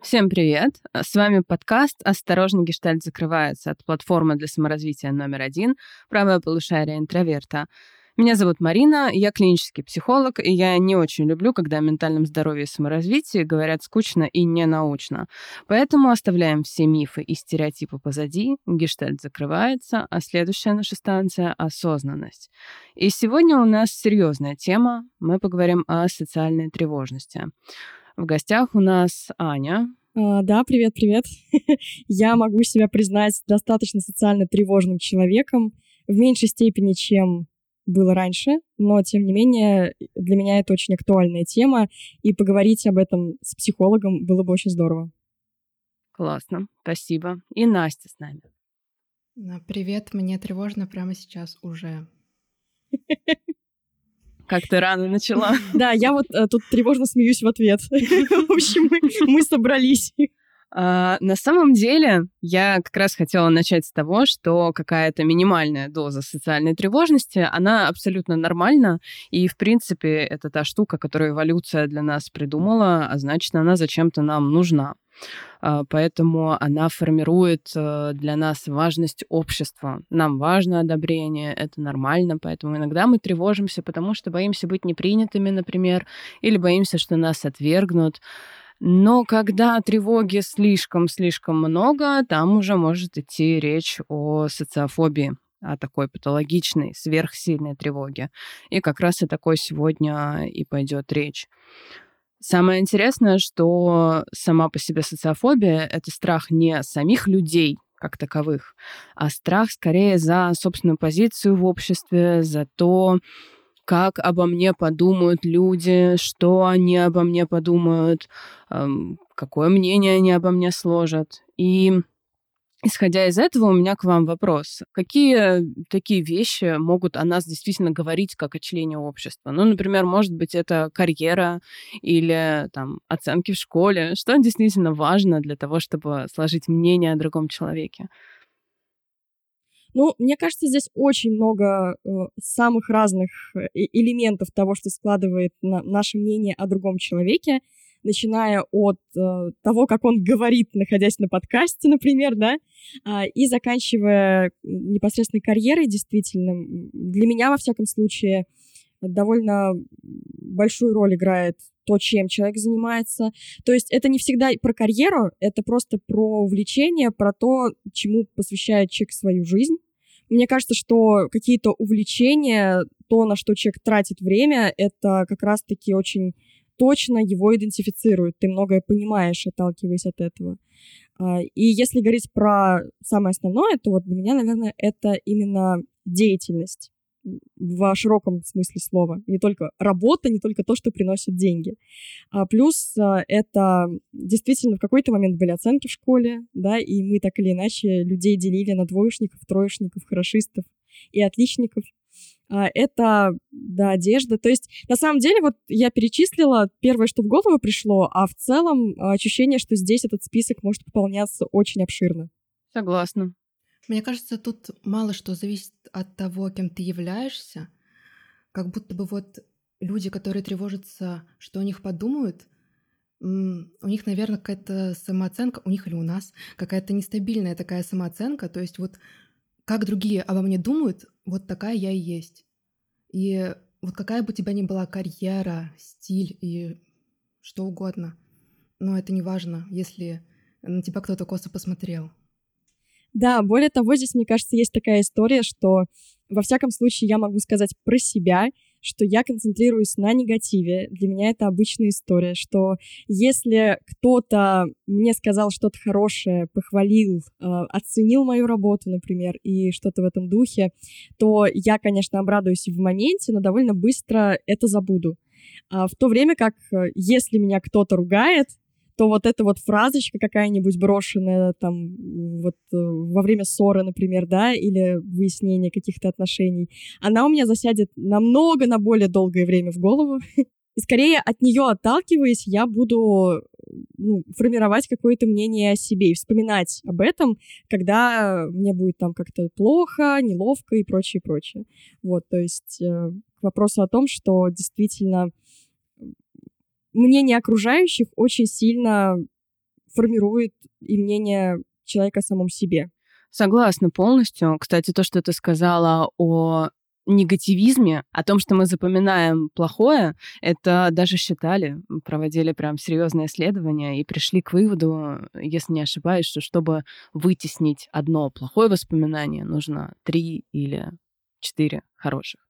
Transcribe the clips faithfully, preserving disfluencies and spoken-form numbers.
Всем привет! С вами подкаст «Осторожно, гештальт закрывается» от платформы для саморазвития номер один «Правое полушарие интроверта». Меня зовут Марина, я клинический психолог, и я не очень люблю, когда о ментальном здоровье и саморазвитии говорят скучно и ненаучно. Поэтому оставляем все мифы и стереотипы позади, гештальт закрывается, а следующая наша станция — осознанность. И сегодня у нас серьезная тема. Мы поговорим о социальной тревожности. В гостях у нас Аня. А, да, привет-привет. Я могу себя признать достаточно социально тревожным человеком, в меньшей степени, чем было раньше, но, тем не менее, для меня это очень актуальная тема, и поговорить об этом с психологом было бы очень здорово. Классно, спасибо. И Настя с нами. Привет, мне тревожно прямо сейчас уже. Как ты рано начала. Да, я вот а, тут тревожно смеюсь в ответ. В общем, мы, мы собрались. А, на самом деле, я как раз хотела начать с того, что какая-то минимальная доза социальной тревожности, она абсолютно нормальна, и, в принципе, это та штука, которую эволюция для нас придумала, а значит, она зачем-то нам нужна. Поэтому она формирует для нас важность общества. Нам важно одобрение, это нормально, поэтому иногда мы тревожимся, потому что боимся быть непринятыми, например, или боимся, что нас отвергнут. Но когда тревоги слишком-слишком много, там уже может идти речь о социофобии, о такой патологичной, сверхсильной тревоге. И как раз о такой сегодня и пойдет речь. Самое интересное, что сама по себе социофобия — это страх не самих людей как таковых, а страх скорее за собственную позицию в обществе, за то, как обо мне подумают люди, что они обо мне подумают, какое мнение они обо мне сложат. И исходя из этого, у меня к вам вопрос. Какие такие вещи могут о нас действительно говорить как о члене общества? Ну, например, может быть, это карьера или там, оценки в школе. Что действительно важно для того, чтобы сложить мнение о другом человеке? Ну, мне кажется, здесь очень много э, самых разных элементов того, что складывает на наше мнение о другом человеке, начиная от э, того, как он говорит, находясь на подкасте, например, да, э, и заканчивая непосредственной карьерой, действительно. Для меня, во всяком случае, довольно большую роль играет то, чем человек занимается. То есть это не всегда про карьеру, это просто про увлечение, про то, чему посвящает человек свою жизнь. Мне кажется, что какие-то увлечения, то, на что человек тратит время, это как раз-таки очень точно его идентифицирует. Ты многое понимаешь, отталкиваясь от этого. И если говорить про самое основное, то вот для меня, наверное, это именно деятельность в широком смысле слова. Не только работа, не только то, что приносит деньги. А плюс это действительно в какой-то момент были оценки в школе, да, и мы так или иначе людей делили на двоечников, троечников, хорошистов и отличников. Это, да, одежда. То есть, на самом деле, вот я перечислила первое, что в голову пришло, а в целом ощущение, что здесь этот список может пополняться очень обширно. Согласна. Мне кажется, тут мало что зависит от того, кем ты являешься. Как будто бы вот люди, которые тревожатся, что о них подумают, у них, наверное, какая-то самооценка, у них или у нас, какая-то нестабильная такая самооценка. То есть вот как другие обо мне думают, вот такая я и есть. И вот какая бы у тебя ни была карьера, стиль и что угодно, но это не важно, если на тебя кто-то косо посмотрел. Да, более того, здесь, мне кажется, есть такая история, что, во всяком случае, я могу сказать про себя, что я концентрируюсь на негативе. Для меня это обычная история, что если кто-то мне сказал что-то хорошее, похвалил, э, оценил мою работу, например, и что-то в этом духе, то я, конечно, обрадуюсь в моменте, но довольно быстро это забуду. А в то время как, если меня кто-то ругает, то вот эта вот фразочка какая-нибудь брошенная там вот во время ссоры, например, да, или выяснения каких-то отношений, она у меня засядет намного, на более долгое время в голову. И скорее от нее отталкиваясь, я буду ну, формировать какое-то мнение о себе и вспоминать об этом, когда мне будет там как-то плохо, неловко и прочее, прочее. Вот, то есть э, к вопросу о том, что действительно мнение окружающих очень сильно формирует и мнение человека о самом себе. Согласна полностью. Кстати, то, что ты сказала о негативизме, о том, что мы запоминаем плохое, это даже считали, проводили прям серьезные исследования и пришли к выводу, если не ошибаюсь, что чтобы вытеснить одно плохое воспоминание, нужно три или четыре хороших.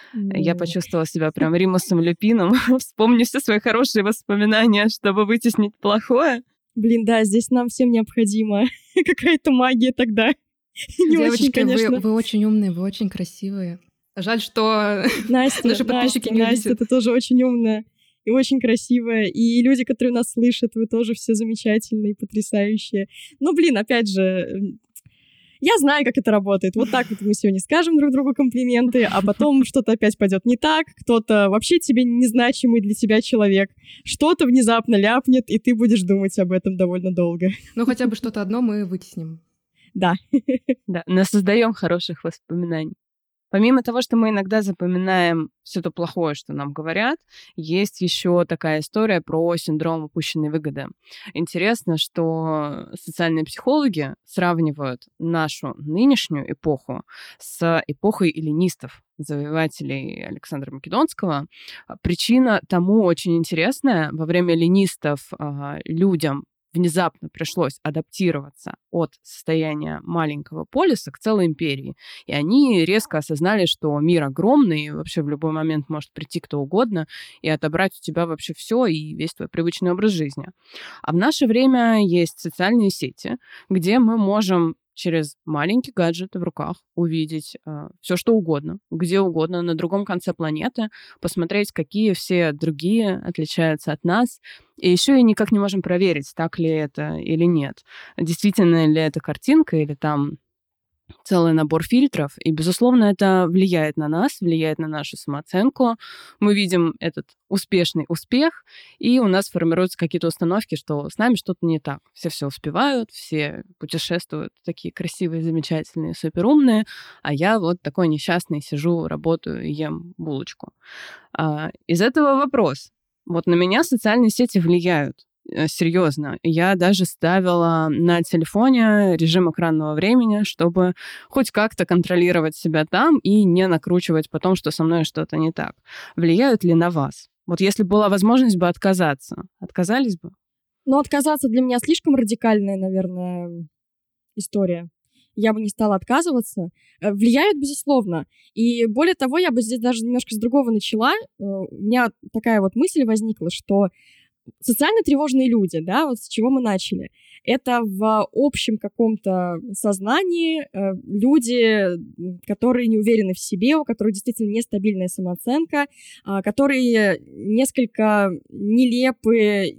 Я почувствовала себя прям Римусом Люпином. Вспомни все свои хорошие воспоминания, чтобы вытеснить плохое. Блин, да, здесь нам всем необходима какая-то магия тогда. Не Девочки, очень, конечно. Вы, вы очень умные, вы очень красивые. Жаль, что Настя, наши подписчики Настя, не Настя, увидят. ты тоже очень умная и очень красивая. И люди, которые нас слышат, вы тоже все замечательные, потрясающие. Ну, блин, опять же, я знаю, как это работает. Вот так вот мы сегодня скажем друг другу комплименты, а потом что-то опять пойдет не так, кто-то вообще тебе незначимый для тебя человек, что-то внезапно ляпнет, и ты будешь думать об этом довольно долго. Ну, хотя бы что-то одно мы вытесним. Да. Да, насоздаем хороших воспоминаний. Помимо того, что мы иногда запоминаем все то плохое, что нам говорят, есть еще такая история про синдром упущенной выгоды. Интересно, что социальные психологи сравнивают нашу нынешнюю эпоху с эпохой эллинистов, завоевателей Александра Македонского. Причина тому очень интересная. Во время эллинистов людям внезапно пришлось адаптироваться от состояния маленького полиса к целой империи. И они резко осознали, что мир огромный, и вообще в любой момент может прийти кто угодно и отобрать у тебя вообще все и весь твой привычный образ жизни. А в наше время есть социальные сети, где мы можем через маленький гаджет в руках увидеть э, все, что угодно, где угодно, на другом конце планеты, посмотреть, какие все другие отличаются от нас. И еще и никак не можем проверить, так ли это или нет. Действительно ли это картинка или там целый набор фильтров. И, безусловно, это влияет на нас, влияет на нашу самооценку. Мы видим этот успешный успех, и у нас формируются какие-то установки, что с нами что-то не так. Все все успевают, все путешествуют, такие красивые, замечательные, суперумные, а я вот такой несчастный сижу, работаю и ем булочку. А, из этого вопрос. Вот на меня социальные сети влияют. Серьезно. Я даже ставила на телефоне режим экранного времени, чтобы хоть как-то контролировать себя там и не накручивать потом, что со мной что-то не так. Влияют ли на вас? Вот если была возможность бы отказаться, отказались бы? Ну, отказаться для меня слишком радикальная, наверное, история. Я бы не стала отказываться. Влияют, безусловно. И более того, я бы здесь даже немножко с другого начала. У меня такая вот мысль возникла, что социально тревожные люди, да, вот с чего мы начали, это в общем каком-то сознании э, люди, которые не уверены в себе, у которых действительно нестабильная самооценка, э, которые несколько нелепы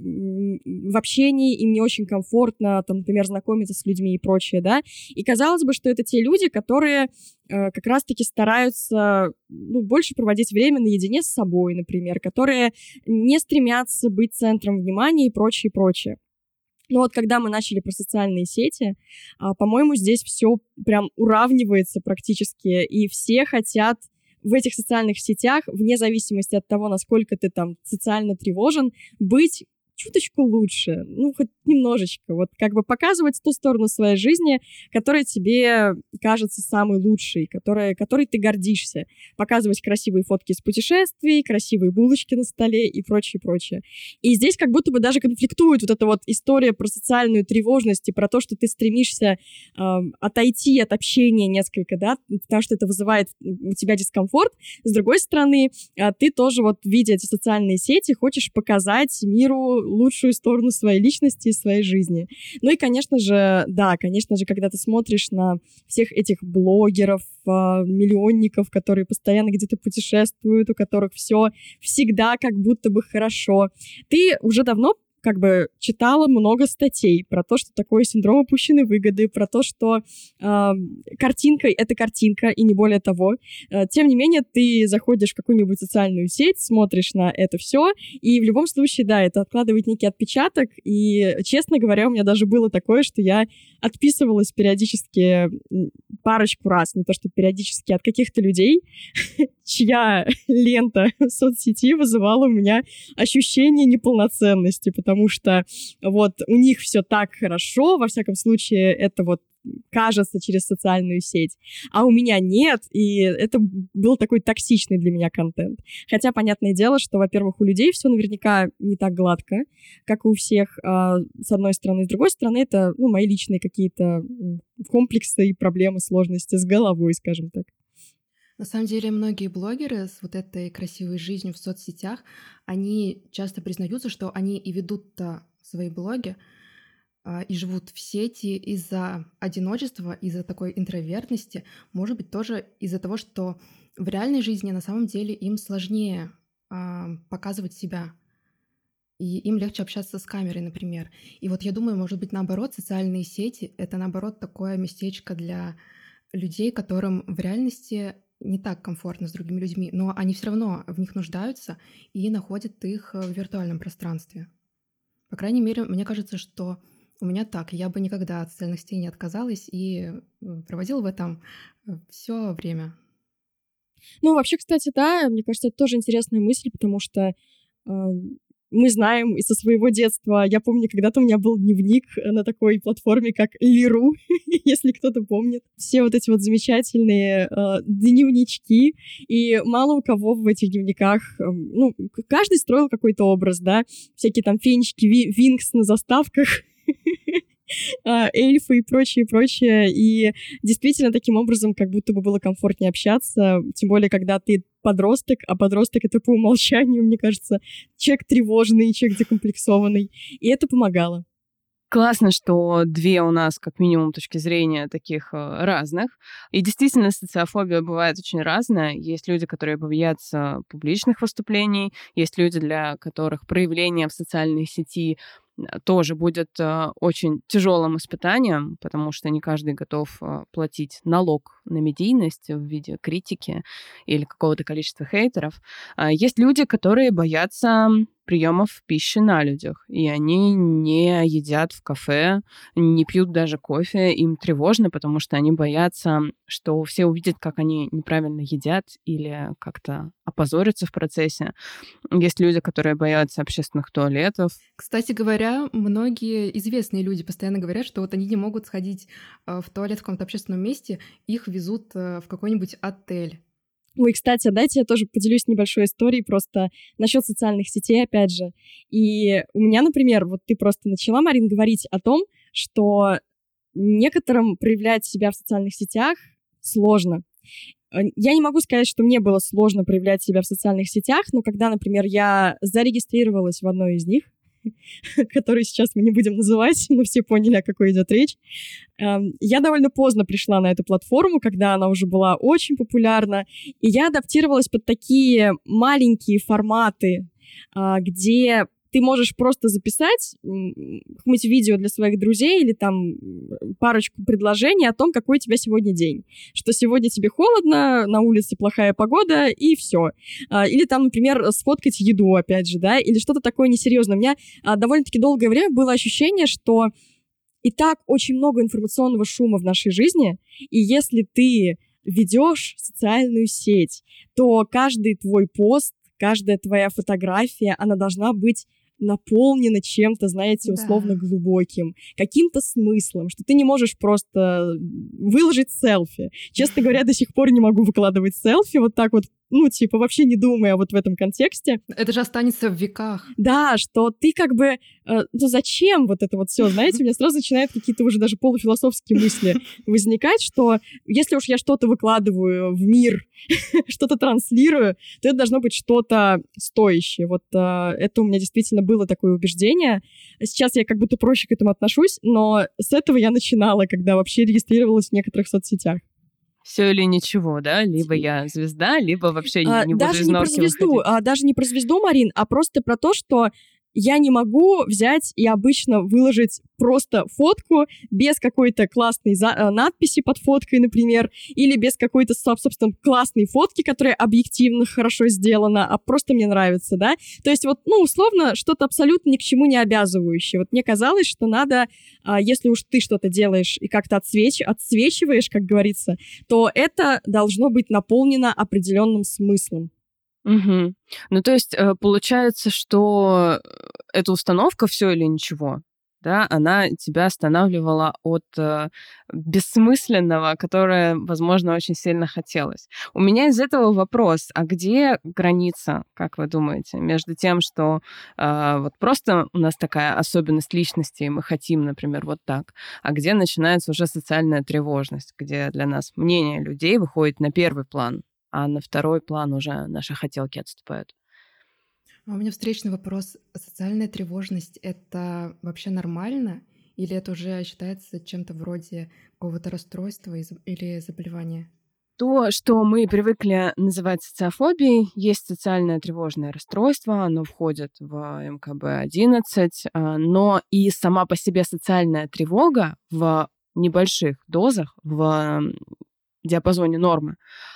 в общении, им не очень комфортно, там, например, знакомиться с людьми и прочее, да, и казалось бы, что это те люди, которые как раз-таки стараются ну, больше проводить время наедине с собой, например, которые не стремятся быть центром внимания и прочее, прочее. Но вот когда мы начали про социальные сети, по-моему, здесь все прям уравнивается практически, и все хотят в этих социальных сетях, вне зависимости от того, насколько ты там социально тревожен, быть чуточку лучше, ну, хоть немножечко, вот как бы показывать ту сторону своей жизни, которая тебе кажется самой лучшей, которой, которой ты гордишься, показывать красивые фотки из путешествий, красивые булочки на столе и прочее, прочее. И здесь как будто бы даже конфликтует вот эта вот история про социальную тревожность и про то, что ты стремишься э, отойти от общения несколько, да, потому что это вызывает у тебя дискомфорт. С другой стороны, э, ты тоже вот, видя эти социальные сети, хочешь показать миру лучшую сторону своей личности и своей жизни. Ну и, конечно же, да, конечно же, когда ты смотришь на всех этих блогеров, миллионников, которые постоянно где-то путешествуют, у которых все всегда как будто бы хорошо, ты уже давно как бы читала много статей про то, что такое синдром упущенной выгоды, про то, что э, картинка — это картинка, и не более того. Э, тем не менее, ты заходишь в какую-нибудь социальную сеть, смотришь на это все, и в любом случае, да, это откладывает некий отпечаток, и, честно говоря, у меня даже было такое, что я отписывалась периодически парочку раз, не то что периодически, от каких-то людей, чья лента в соцсети вызывала у меня ощущение неполноценности, потому потому что вот у них все так хорошо, во всяком случае, это вот кажется через социальную сеть, а у меня нет, и это был такой токсичный для меня контент. Хотя, понятное дело, что, во-первых, у людей все наверняка не так гладко, как и у всех, а, с одной стороны. С другой стороны, это, ну, мои личные какие-то комплексы и проблемы, сложности с головой, скажем так. На самом деле, многие блогеры с вот этой красивой жизнью в соцсетях, они часто признаются, что они и ведут-то свои блоги, а, и живут в сети из-за одиночества, из-за такой интровертности, может быть, тоже из-за того, что в реальной жизни на самом деле им сложнее а, показывать себя, и им легче общаться с камерой, например. И вот я думаю, может быть, наоборот, социальные сети — это, наоборот, такое местечко для людей, которым в реальности не так комфортно с другими людьми, но они все равно в них нуждаются и находят их в виртуальном пространстве. По крайней мере, мне кажется, что у меня так. Я бы никогда от социальных сетей не отказалась и э, проводила в этом все время. Ну, вообще, кстати, да, мне кажется, это тоже интересная мысль, потому что э, мы знаем и со своего детства, я помню, когда-то у меня был дневник на такой платформе, как Лиру, если кто-то помнит. Все вот эти вот замечательные э, дневнички, и мало у кого в этих дневниках, э, ну, каждый строил какой-то образ, да, всякие там фенечки, ви- винкс на заставках, эльфы и прочее, прочее. И действительно, таким образом, как будто бы было комфортнее общаться, тем более, когда ты подросток, а подросток — это по умолчанию, мне кажется, человек тревожный, человек закомплексованный. И это помогало. Классно, что две у нас, как минимум, точки зрения таких э, разных. И действительно, социофобия бывает очень разная. Есть люди, которые боятся публичных выступлений, есть люди, для которых проявление в социальной сети тоже будет э, очень тяжелым испытанием, потому что не каждый готов э, платить налог на медийность в виде критики или какого-то количества хейтеров. А есть люди, которые боятся приемов пищи на людях, и они не едят в кафе, не пьют даже кофе, им тревожно, потому что они боятся, что все увидят, как они неправильно едят или как-то опозорятся в процессе. Есть люди, которые боятся общественных туалетов. Кстати говоря, многие известные люди постоянно говорят, что вот они не могут сходить э, в туалет в каком-то общественном месте, их везут э, в какой-нибудь отель. Ой, кстати, дайте я тоже поделюсь небольшой историей просто насчет социальных сетей, опять же. И у меня, например, вот ты просто начала, Марин, говорить о том, что некоторым проявлять себя в социальных сетях сложно. Я не могу сказать, что мне было сложно проявлять себя в социальных сетях, но когда, например, я зарегистрировалась в одной из них, которую сейчас мы не будем называть, но все поняли, о какой идет речь. Я довольно поздно пришла на эту платформу, когда она уже была очень популярна, и я адаптировалась под такие маленькие форматы, где ты можешь просто записать какое-нибудь видео для своих друзей или там парочку предложений о том, какой у тебя сегодня день. Что сегодня тебе холодно, на улице плохая погода, и все. Или там, например, сфоткать еду, опять же, да, или что-то такое несерьезное. У меня довольно-таки долгое время было ощущение, что и так очень много информационного шума в нашей жизни, и если ты ведешь социальную сеть, то каждый твой пост, каждая твоя фотография, она должна быть наполнена чем-то, знаете, условно да. глубоким, каким-то смыслом, что ты не можешь просто выложить селфи. Честно говоря, до сих пор не могу выкладывать селфи вот так вот, ну, типа, вообще не думая вот в этом контексте. Это же останется в веках. Да, что ты как бы... Э, ну, зачем вот это вот все, знаете? У меня сразу начинают какие-то уже даже полуфилософские мысли возникать, что если уж я что-то выкладываю в мир, что-то транслирую, то это должно быть что-то стоящее. Вот э, это у меня действительно было такое убеждение. Сейчас я как будто проще к этому отношусь, но с этого я начинала, когда вообще регистрировалась в некоторых соцсетях. Все или ничего, да? Либо я звезда, либо вообще а, не буду даже из не норки про звезду, а, даже не про звезду, Марин, а просто про то, что я не могу взять и обычно выложить просто фотку без какой-то классной за- надписи под фоткой, например, или без какой-то, собственно, классной фотки, которая объективно хорошо сделана, а просто мне нравится, да? То есть вот, ну, условно, что-то абсолютно ни к чему не обязывающее. Вот мне казалось, что надо, если уж ты что-то делаешь и как-то отсвеч- отсвечиваешь, как говорится, то это должно быть наполнено определенным смыслом. Угу. Ну, то есть получается, что эта установка «все или ничего», да, она тебя останавливала от э, бессмысленного, которое, возможно, очень сильно хотелось. У меня из этого вопрос, а где граница, как вы думаете, между тем, что э, вот просто у нас такая особенность личности, и мы хотим, например, вот так, а где начинается уже социальная тревожность, где для нас мнение людей выходит на первый план, а на второй план уже наши хотелки отступают? А у меня встречный вопрос. Социальная тревожность — это вообще нормально? Или это уже считается чем-то вроде какого-то расстройства и заб- или заболевания? То, что мы привыкли называть социофобией, есть социальное тревожное расстройство, оно входит в эм ка бэ одиннадцать, а, но и сама по себе социальная тревога в небольших дозах, в м, диапазоне нормы,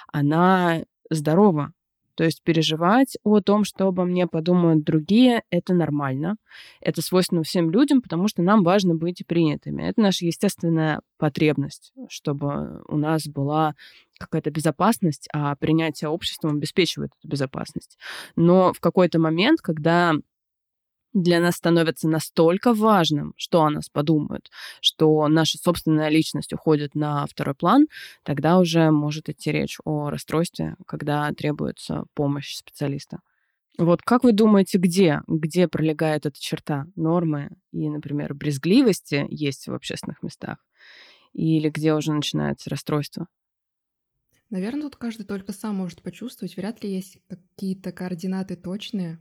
она здорова. То есть переживать о том, что обо мне подумают другие, это нормально. Это свойственно всем людям, потому что нам важно быть принятыми. Это наша естественная потребность, чтобы у нас была какая-то безопасность, а принятие обществом обеспечивает эту безопасность. Но в какой-то момент, когда для нас становится настолько важным, что о нас подумают, что наша собственная личность уходит на второй план, тогда уже может идти речь о расстройстве, когда требуется помощь специалиста. Вот как вы думаете, где, где пролегает эта черта нормы и, например, брезгливости есть в общественных местах? Или где уже начинается расстройство? Наверное, тут каждый только сам может почувствовать. Вряд ли есть какие-то координаты точные.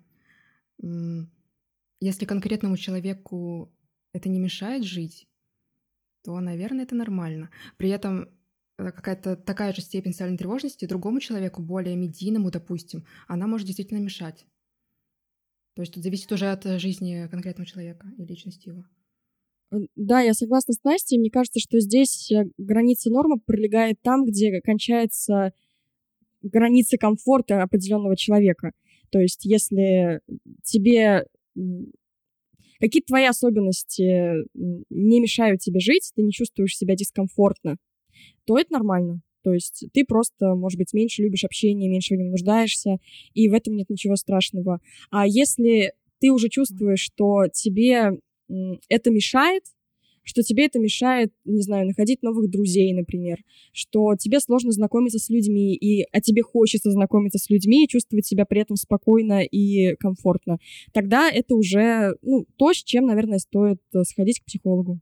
М, Если конкретному человеку это не мешает жить, то, наверное, это нормально. При этом э, какая-то такая же степень социальной тревожности другому человеку, более медийному, допустим, она может действительно мешать. То есть тут зависит уже от э, жизни конкретного человека и личности его. Э, Да, я согласна с Настей. Мне кажется, что здесь э, граница нормы пролегает там, где кончается граница комфорта определенного человека. То есть если тебе м, какие-то твои особенности м, не мешают тебе жить, ты не чувствуешь себя дискомфортно, то это нормально. То есть ты просто, может быть, меньше любишь общение, меньше в нем нуждаешься, и в этом нет ничего страшного. А если ты уже чувствуешь, что тебе м, это мешает, что тебе это мешает, не знаю, находить новых друзей, например, что тебе сложно знакомиться с людьми, и, а тебе хочется знакомиться с людьми и чувствовать себя при этом спокойно и комфортно, тогда это уже, ну, то, с чем, наверное, стоит э, сходить к психологу.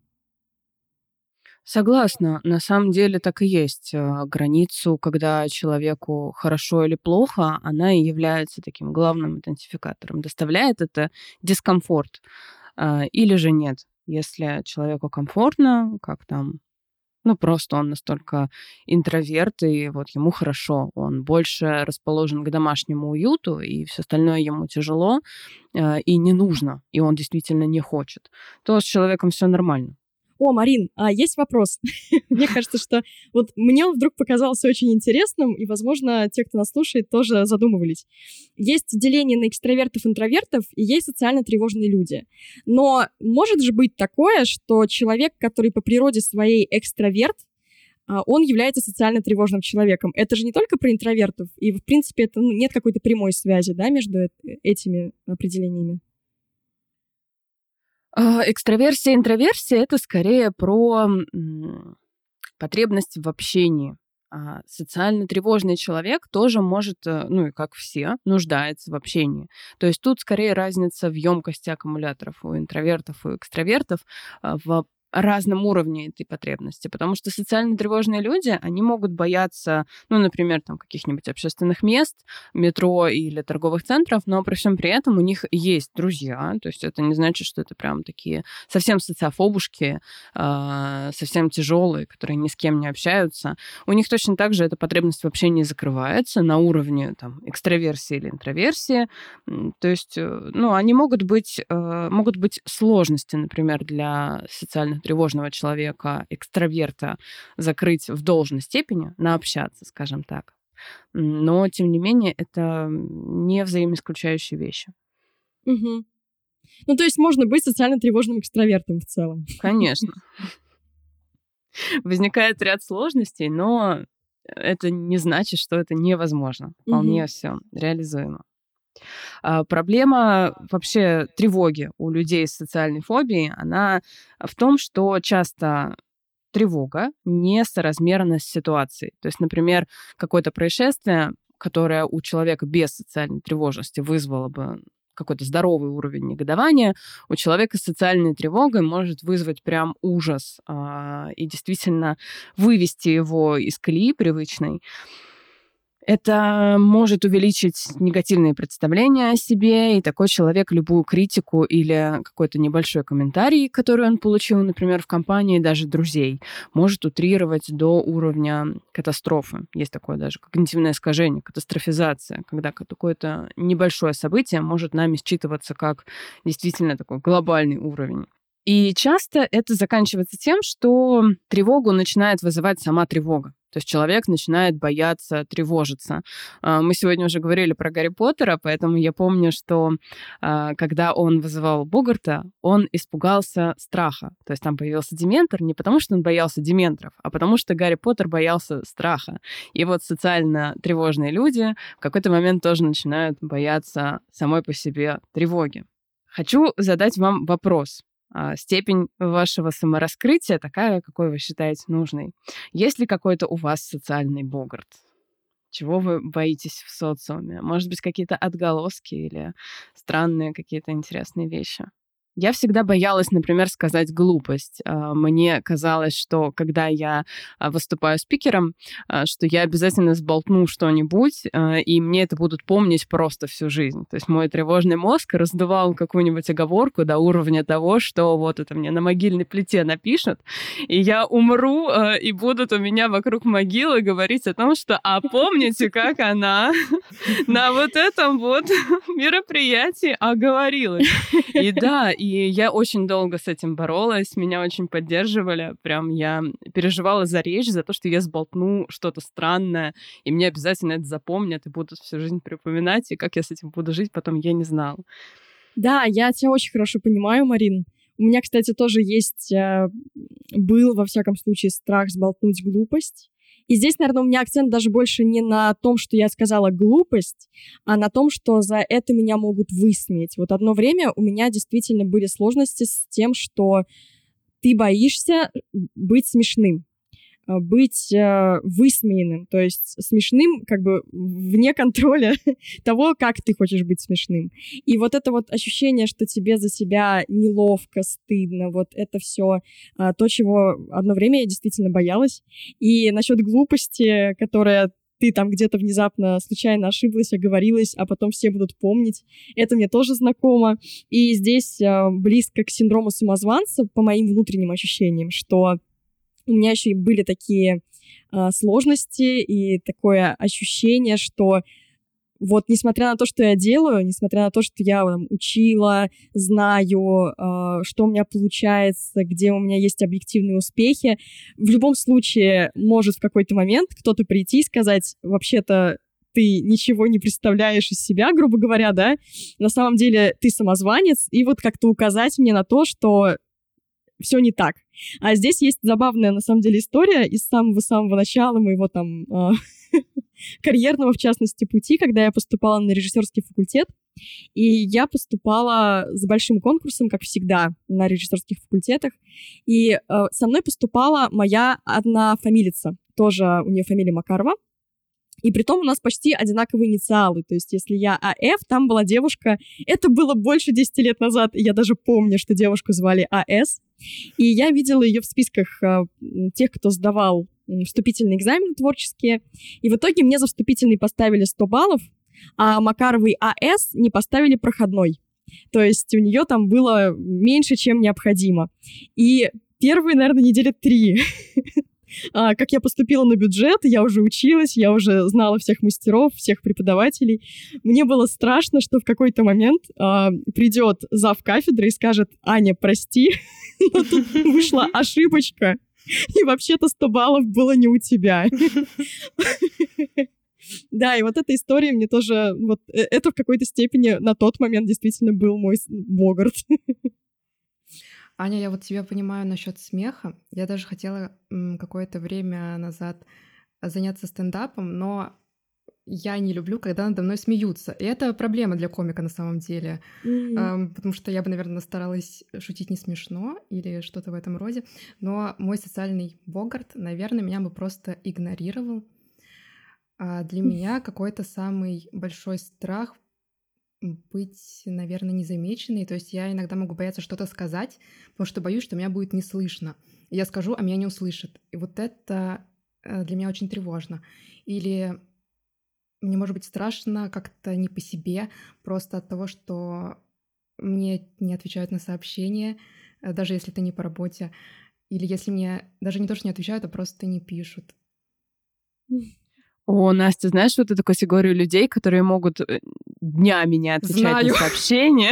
Согласна, на самом деле так и есть. А, Границу, когда человеку хорошо или плохо, она и является таким главным идентификатором. Доставляет это дискомфорт а, или же нет. Если человеку комфортно, как там, ну просто он настолько интроверт, и вот ему хорошо, он больше расположен к домашнему уюту, и все остальное ему тяжело а, и не нужно, и он действительно не хочет, то с человеком все нормально. О, Марин, а есть вопрос. Мне кажется, что вот мне он вдруг показался очень интересным, и, возможно, те, кто нас слушает, тоже задумывались. Есть деление на экстравертов-интровертов, и есть социально тревожные люди. Но может же быть такое, что человек, который по природе своей экстраверт, а, он является социально тревожным человеком. Это же не только про интровертов, и, в принципе, это, ну, нет какой-то прямой связи, да, между э- этими определениями. А, Экстраверсия, интроверсия — это скорее про м, потребность в общении. А социально тревожный человек тоже может, э, ну и как все, нуждается в общении. То есть тут скорее разница в емкости аккумуляторов у интровертов и у экстравертов а, в разном уровне этой потребности, потому что социально тревожные люди, они могут бояться, ну, например, там каких-нибудь общественных мест, метро или торговых центров, но при всем при этом у них есть друзья, то есть это не значит, что это прям такие совсем социофобушки, а, совсем тяжелые, которые ни с кем не общаются. У них точно так же эта потребность в общении закрывается на уровне там экстраверсии или интроверсии. М, То есть, э, ну, они могут быть, э, могут быть сложности, например, для социально тревожного человека, экстраверта, закрыть в должной степени, наобщаться, скажем так. М, Но, тем не менее, это не взаимоисключающие вещи. Мгм. Ну, то есть можно быть социально тревожным экстравертом в целом. Конечно. Возникает ряд сложностей, но это не значит, что это невозможно. Вполне Мгм. все реализуемо. А, Проблема вообще тревоги у людей с социальной фобией, она в том, что часто тревога несоразмерна с ситуацией. То есть, например, какое-то происшествие, которое у человека без социальной тревожности вызвало бы какой-то здоровый уровень негодования, у человека с социальной тревогой может вызвать прям ужас а, и действительно вывести его из колеи привычной. Это может увеличить негативные представления о себе, и такой человек любую критику или какой-то небольшой комментарий, который он получил, например, в компании даже друзей, может утрировать до уровня катастрофы. Есть такое даже когнитивное искажение, катастрофизация, когда какое-то небольшое событие может нами считываться как действительно такой глобальный уровень. И часто это заканчивается тем, что тревогу начинает вызывать сама тревога. То есть человек начинает бояться, тревожиться. А, Мы сегодня уже говорили про Гарри Поттера, поэтому я помню, что а, когда он вызывал Богарта, он испугался страха. То есть там появился Дементор не потому, что он боялся дементоров, а потому что Гарри Поттер боялся страха. И вот социально тревожные люди в какой-то момент тоже начинают бояться самой по себе тревоги. Хочу задать вам вопрос. А, Степень вашего самораскрытия такая, какой вы считаете нужной. Есть ли какой-то у вас социальный Богарт? Чего вы боитесь в социуме? Может быть, какие-то отголоски или странные какие-то интересные вещи? Я всегда боялась, например, сказать глупость. А, Мне казалось, что когда я а, выступаю спикером, а, что я обязательно сболтну что-нибудь, а, и мне это будут помнить просто всю жизнь. То есть мой тревожный мозг раздувал какую-нибудь оговорку до уровня того, что вот это мне на могильной плите напишут, и я умру, а, и будут у меня вокруг могилы говорить о том, что «А помните, как она на вот этом вот мероприятии оговорилась?» И да, и я очень долго с этим боролась, меня очень поддерживали, прям я переживала за речь, за то, что я сболтну что-то странное, и мне обязательно это запомнят и будут всю жизнь припоминать, и как я с этим буду жить, потом я не знала. Да, я тебя очень хорошо понимаю, Марин. У меня, кстати, тоже есть, э, был, во всяком случае, страх сболтнуть глупость. И здесь, наверное, у меня акцент даже больше не на том, что я сказала глупость, а на том, что за это меня могут высмеять. Вот одно время у меня действительно были сложности с тем, что ты боишься быть смешным, а, быть э, высмеянным, то есть смешным как бы вне контроля того, как ты хочешь быть смешным. И вот это вот ощущение, что тебе за себя неловко, стыдно, вот это все то, чего одно время я действительно боялась. И насчет глупости, которая ты там где-то внезапно случайно ошиблась, оговорилась, а потом все будут помнить. Это мне тоже знакомо. И здесь э, близко к синдрому самозванца, по моим внутренним ощущениям, что у меня еще и были такие э, сложности и такое ощущение, что вот несмотря на то, что я делаю, несмотря на то, что я там, учила, знаю, э, что у меня получается, где у меня есть объективные успехи, в любом случае может в какой-то момент кто-то прийти и сказать, вообще-то ты ничего не представляешь из себя, грубо говоря, да, на самом деле ты самозванец, и вот как-то указать мне на то, что все не так. А здесь есть забавная, на самом деле, история из самого-самого начала моего там э, карьерного, в частности, пути, когда я поступала на режиссерский факультет. И я поступала с большим конкурсом, как всегда, на режиссерских факультетах. И э, со мной поступала моя однофамилица. Тоже у нее фамилия Макарова. И притом у нас почти одинаковые инициалы. То есть если я АФ, там была девушка... Это было больше десяти лет назад, и я даже помню, что девушку звали АС. И я видела ее в списках э, тех, кто сдавал вступительные экзамены творческие. И в итоге мне за вступительный поставили сто баллов, а Макаровой АС не поставили проходной. То есть у нее там было меньше, чем необходимо. И первые, наверное, недели три... А, как я поступила на бюджет, я уже училась, я уже знала всех мастеров, всех преподавателей. Мне было страшно, что в какой-то момент а, придет зав кафедры и скажет: «Аня, прости, но тут вышла ошибочка, и вообще-то сто баллов было не у тебя». Да, и вот эта история мне тоже... Вот это в какой-то степени на тот момент действительно был мой Богарт. Аня, я вот тебя понимаю насчет смеха. Я даже хотела м, какое-то время назад заняться стендапом, но я не люблю, когда надо мной смеются. И это проблема для комика на самом деле. М. Ам, потому что я бы, наверное, старалась шутить не смешно или что-то в этом роде. Но мой социальный Богарт, наверное, меня бы просто игнорировал. А для меня какой-то самый большой страх быть, наверное, незамеченной. То есть я иногда могу бояться что-то сказать, потому что боюсь, что меня будет не слышно. И я скажу, а меня не услышат. И вот это э, для меня очень тревожно. Или мне может быть страшно как-то не по себе, просто от того, что мне не отвечают на сообщения, э, даже если это не по работе. Или если мне даже не то, что не отвечают, а просто не пишут. О, Настя, знаешь вот эту категорию людей, которые могут э, днями не отвечать на Знаю. сообщения?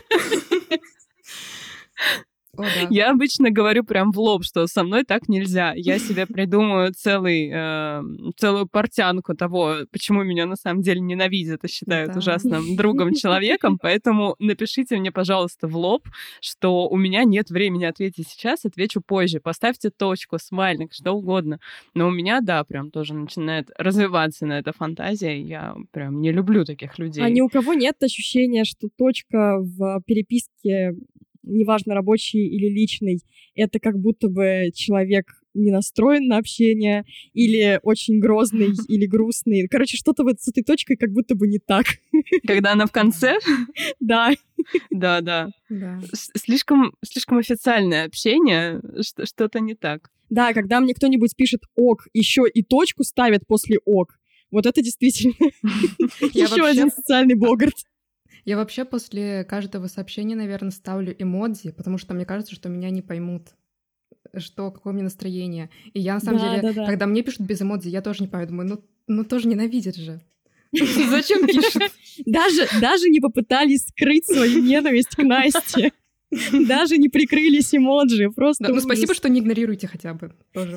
О, да. Я обычно говорю прям в лоб, что со мной так нельзя. Я себе придумаю целый, э, целую портянку того, почему меня на самом деле ненавидят и считают Да. ужасным другом человеком. Поэтому напишите мне, пожалуйста, в лоб, что у меня нет времени ответить сейчас, отвечу позже. Поставьте точку, смайлик, что угодно. Но у меня, да, прям тоже начинает развиваться на эта фантазия. Я прям не люблю таких людей. А ни у кого нет ощущения, что точка в переписке, неважно, рабочий или личный, это как будто бы человек не настроен на общение, или очень грозный, или грустный. Короче, что-то вот с этой точкой как будто бы не так. Когда она в конце, Да. да, да. Да. С- Слишком, слишком официальное общение, что- что-то не так. Да, когда мне кто-нибудь пишет ок, еще и точку ставит после ок. Вот это действительно Я еще вообще- один социальный Богарт. Я вообще после каждого сообщения, наверное, ставлю эмодзи, потому что мне кажется, что меня не поймут, что какое у меня настроение. И я, на самом Да, деле, да, да. когда мне пишут без эмодзи, я тоже не пойму. Думаю, ну, ну тоже ненавидят же. Зачем пишут? Даже, даже не попытались скрыть свою ненависть к Насте. Даже не прикрылись эмоджи. Просто Да, ну ужас. спасибо, что не игнорируете хотя бы тоже.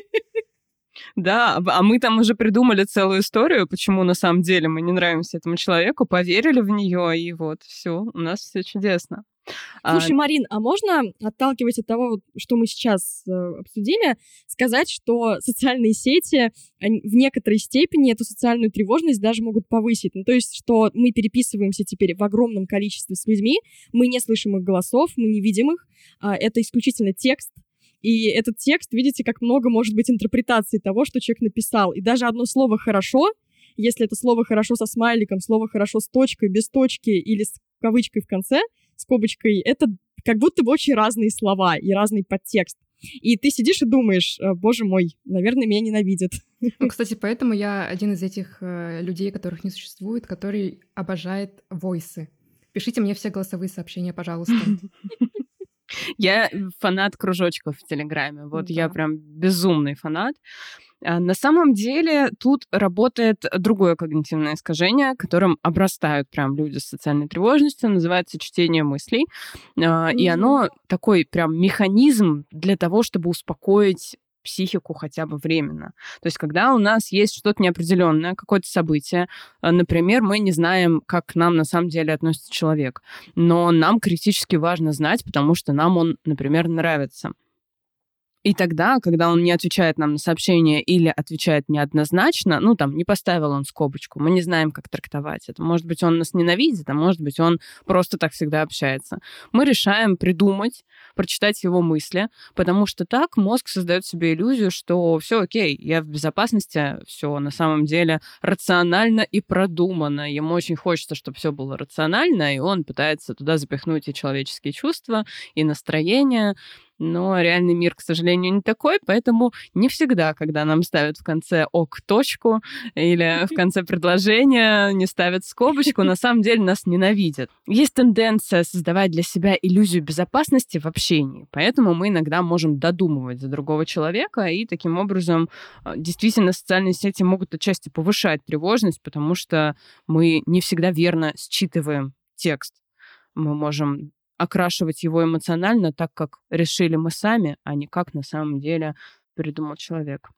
Да, а мы там уже придумали целую историю, почему на самом деле мы не нравимся этому человеку, поверили в нее, и вот все, у нас все чудесно. А, Слушай, Марин, а можно, отталкиваясь от того, вот, что мы сейчас э, обсудили, сказать, что социальные сети они в некоторой степени эту социальную тревожность даже могут повысить? Ну, то есть, что мы переписываемся теперь в огромном количестве с людьми, мы не слышим их голосов, мы не видим их, а, это исключительно текст, и этот текст, видите, как много может быть интерпретаций того, что человек написал. И даже одно слово «хорошо», если это слово «хорошо» со смайликом, слово «хорошо» с точкой, без точки или с кавычкой в конце, скобочкой, это как будто бы очень разные слова и разный подтекст. И ты сидишь и думаешь, боже мой, наверное, меня ненавидят. Ну, кстати, поэтому я один из этих э, людей, которых не существует, который обожает войсы. Пишите мне все голосовые сообщения, пожалуйста. Я фанат кружочков в Телеграме. Вот я Да. прям безумный фанат. А На самом деле тут работает другое когнитивное искажение, которым обрастают прям люди с социальной тревожностью, называется чтение мыслей. А, И Мгм. оно такой прям механизм для того, чтобы успокоить психику хотя бы временно. То есть когда у нас есть что-то неопределенное, какое-то событие, а, например, мы не знаем, как к нам на самом деле относится человек, но нам критически важно знать, потому что нам он, например, нравится. И тогда, когда он не отвечает нам на сообщение или отвечает неоднозначно, ну, там, не поставил он скобочку, мы не знаем, как трактовать это. Может быть, он нас ненавидит, а может быть, он просто так всегда общается. Мы решаем придумать, прочитать его мысли, потому что так мозг создает себе иллюзию, что все окей, я в безопасности, все на самом деле рационально и продумано. Ему очень хочется, чтобы все было рационально, и он пытается туда запихнуть и человеческие чувства, и настроение. Но реальный мир, к сожалению, не такой, поэтому не всегда, когда нам ставят в конце ок точку или в конце предложения не ставят скобочку, на самом деле нас ненавидят. Есть тенденция создавать для себя иллюзию безопасности в общении, поэтому мы иногда можем додумывать за другого человека, и таким образом э, действительно социальные сети могут отчасти повышать тревожность, потому что мы не всегда верно считываем текст. Мы можем окрашивать его эмоционально так, как решили мы сами, а не как на самом деле придумал человек.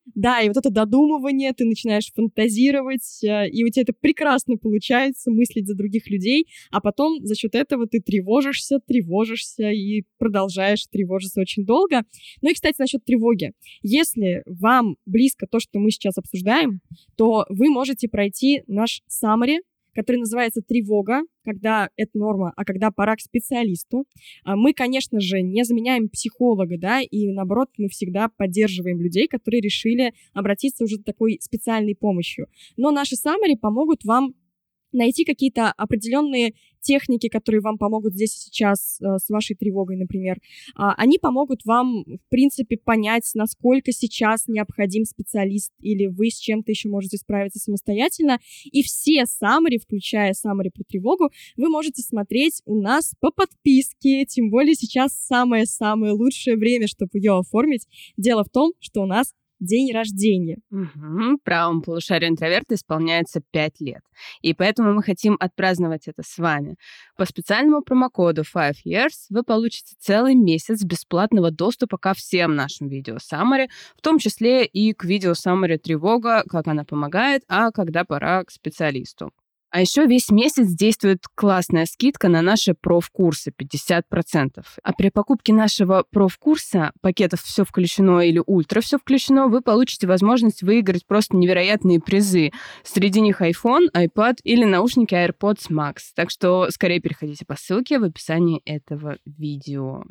Да, и вот это додумывание, ты начинаешь фантазировать, э, и у тебя это прекрасно получается, мыслить за других людей, а потом за счет этого ты тревожишься, тревожишься и продолжаешь тревожиться очень долго. Ну и, кстати, насчет тревоги. Если вам близко то, что мы сейчас обсуждаем, то вы можете пройти наш summary, который называется «Тревога», когда это норма, а когда пора к специалисту. А Мы, конечно же, не заменяем психолога, да, и наоборот, мы всегда поддерживаем людей, которые решили обратиться уже за такой специальной помощью. Но наши summary помогут вам найти какие-то определенные техники, которые вам помогут здесь и сейчас э, с вашей тревогой, например. А, Они помогут вам, в принципе, понять, насколько сейчас необходим специалист или вы с чем-то еще можете справиться самостоятельно. И все summary, включая summary про тревогу, вы можете смотреть у нас по подписке. Тем более сейчас самое-самое лучшее время, чтобы ее оформить. Дело в том, что у нас день рождения. Угу. Правому полушарию интроверта исполняется пять лет. И поэтому мы хотим отпраздновать это с вами. По специальному промокоду five years вы получите целый месяц бесплатного доступа ко всем нашим видео summary, в том числе и к видео summary «Тревога», как она помогает, а когда пора к специалисту. А еще весь месяц действует классная скидка на наши профкурсы пятьдесят процентов. А при покупке нашего профкурса, пакетов «Все включено» или «Ультра все включено», вы получите возможность выиграть просто невероятные призы. Среди них iPhone, iPad или наушники AirPods Max. Так что скорее переходите по ссылке в описании этого видео.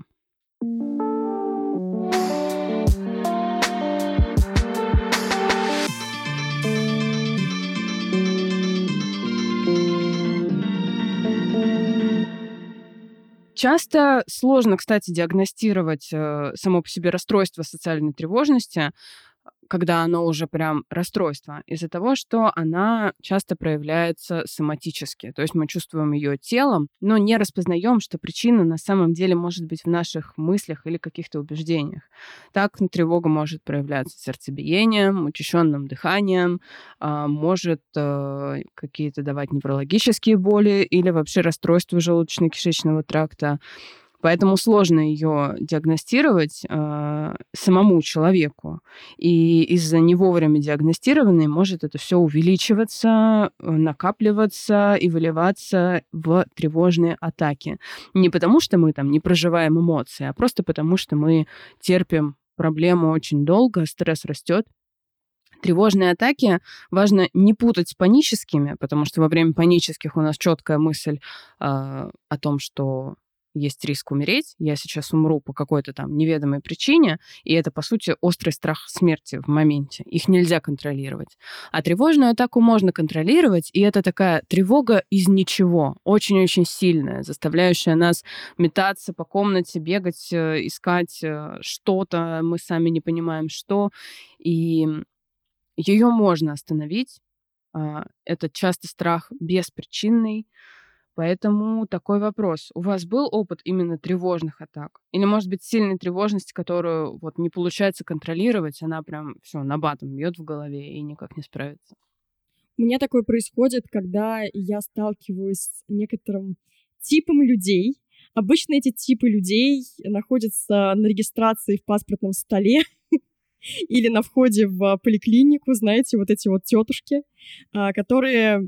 Часто сложно, кстати, диагностировать э, само по себе расстройство социальной тревожности, когда оно уже прям расстройство, из-за того, что она часто проявляется соматически. То есть мы чувствуем ее телом, но не распознаем, что причина на самом деле может быть в наших мыслях или каких-то убеждениях. Так тревога может проявляться сердцебиением, учащенным дыханием, а, может а, какие-то давать неврологические боли или вообще расстройство желудочно-кишечного тракта. Поэтому сложно ее диагностировать э, самому человеку. И из-за не вовремя диагностированной может это все увеличиваться, накапливаться и выливаться в тревожные атаки. Не потому, что мы там не проживаем эмоции, а просто потому, что мы терпим проблему очень долго, стресс растет. Тревожные атаки важно не путать с паническими, потому что во время панических у нас четкая мысль э, о том, что есть риск умереть, я сейчас умру по какой-то там неведомой причине, и это, по сути, острый страх смерти в моменте. Их нельзя контролировать. А тревожную атаку можно контролировать, и это такая тревога из ничего, очень-очень сильная, заставляющая нас метаться по комнате, бегать, искать что-то, мы сами не понимаем, что, и ее можно остановить. Это часто страх беспричинный. Поэтому такой вопрос. У вас был опыт именно тревожных атак? Или, может быть, сильной тревожности, которую вот не получается контролировать, она прям все набатом бьет в голове и никак не справится? У меня такое происходит, когда я сталкиваюсь с некоторым типом людей. Обычно эти типы людей находятся на регистрации в паспортном столе или на входе в поликлинику, знаете, вот эти вот тетушки, которые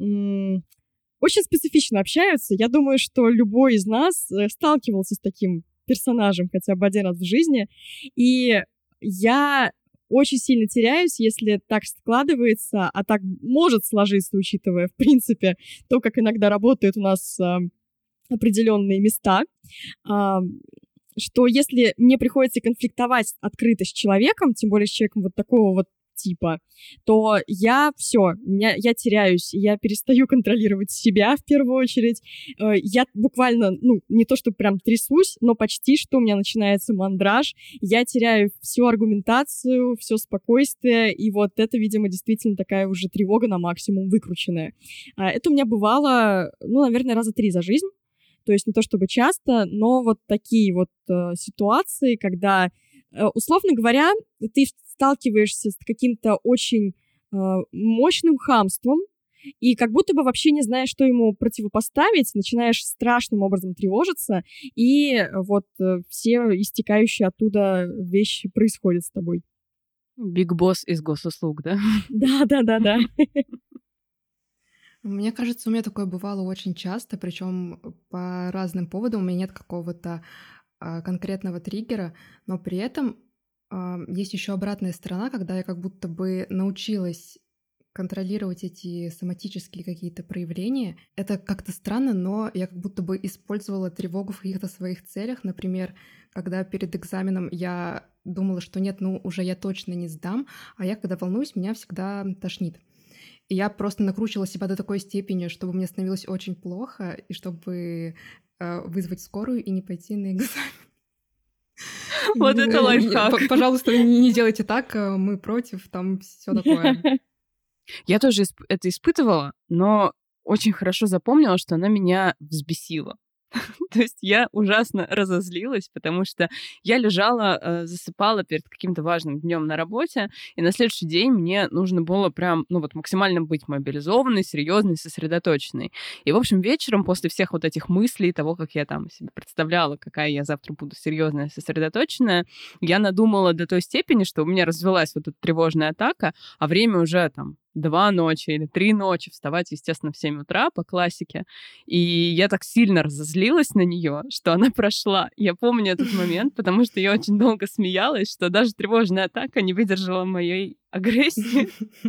очень специфично общаются. Я думаю, что любой из нас сталкивался с таким персонажем хотя бы один раз в жизни. И я очень сильно теряюсь, если так складывается, а так может сложиться, учитывая, в принципе, то, как иногда работают у нас э, определенные места, э, что если мне приходится конфликтовать открыто с человеком, тем более с человеком вот такого вот типа, то я все, я, я теряюсь, я перестаю контролировать себя в первую очередь. Я буквально, ну, не то, что прям трясусь, но почти что у меня начинается мандраж. Я теряю всю аргументацию, все спокойствие, и вот это, видимо, действительно такая уже тревога на максимум выкрученная. Это у меня бывало, ну, наверное, раза три за жизнь. То есть не то чтобы часто, но вот такие вот э, ситуации, когда, э, условно говоря, ты сталкиваешься с каким-то очень э, мощным хамством, и как будто бы вообще не знаешь, что ему противопоставить, начинаешь страшным образом тревожиться, и вот э, все истекающие оттуда вещи происходят с тобой. Биг босс из госуслуг, да? Да-да-да-да. Мне кажется, у меня такое бывало очень часто, причем по разным поводам. У меня нет какого-то а, конкретного триггера, но при этом а, есть еще обратная сторона, когда я как будто бы научилась контролировать эти соматические какие-то проявления. Это как-то странно, но я как будто бы использовала тревогу в каких-то своих целях. Например, когда перед экзаменом я думала, что нет, ну уже я точно не сдам, а я, когда волнуюсь, меня всегда тошнит. И я просто накручивала себя до такой степени, чтобы мне становилось очень плохо, и чтобы э, вызвать скорую и не пойти на экзамен. Вот это лайфхак. Пожалуйста, не делайте так, мы против, там все такое. Я тоже исп- это испытывала, но очень хорошо запомнила, что она меня взбесила. То есть я ужасно разозлилась, потому что я лежала, э, засыпала перед каким-то важным днем на работе, и на следующий день мне нужно было прям, ну вот, максимально быть мобилизованной, серьезной, сосредоточенной. И, в общем, вечером после всех вот этих мыслей, того, как я там себе представляла, какая я завтра буду серьезная, сосредоточенная, я надумала до той степени, что у меня развелась вот эта тревожная атака, а время уже там два ночи или три ночи, вставать, естественно, в семь утра по классике. И я так сильно разозлилась на нее, что она прошла. Я помню этот момент, потому что я очень долго смеялась, что даже тревожная атака не выдержала моей агрессии.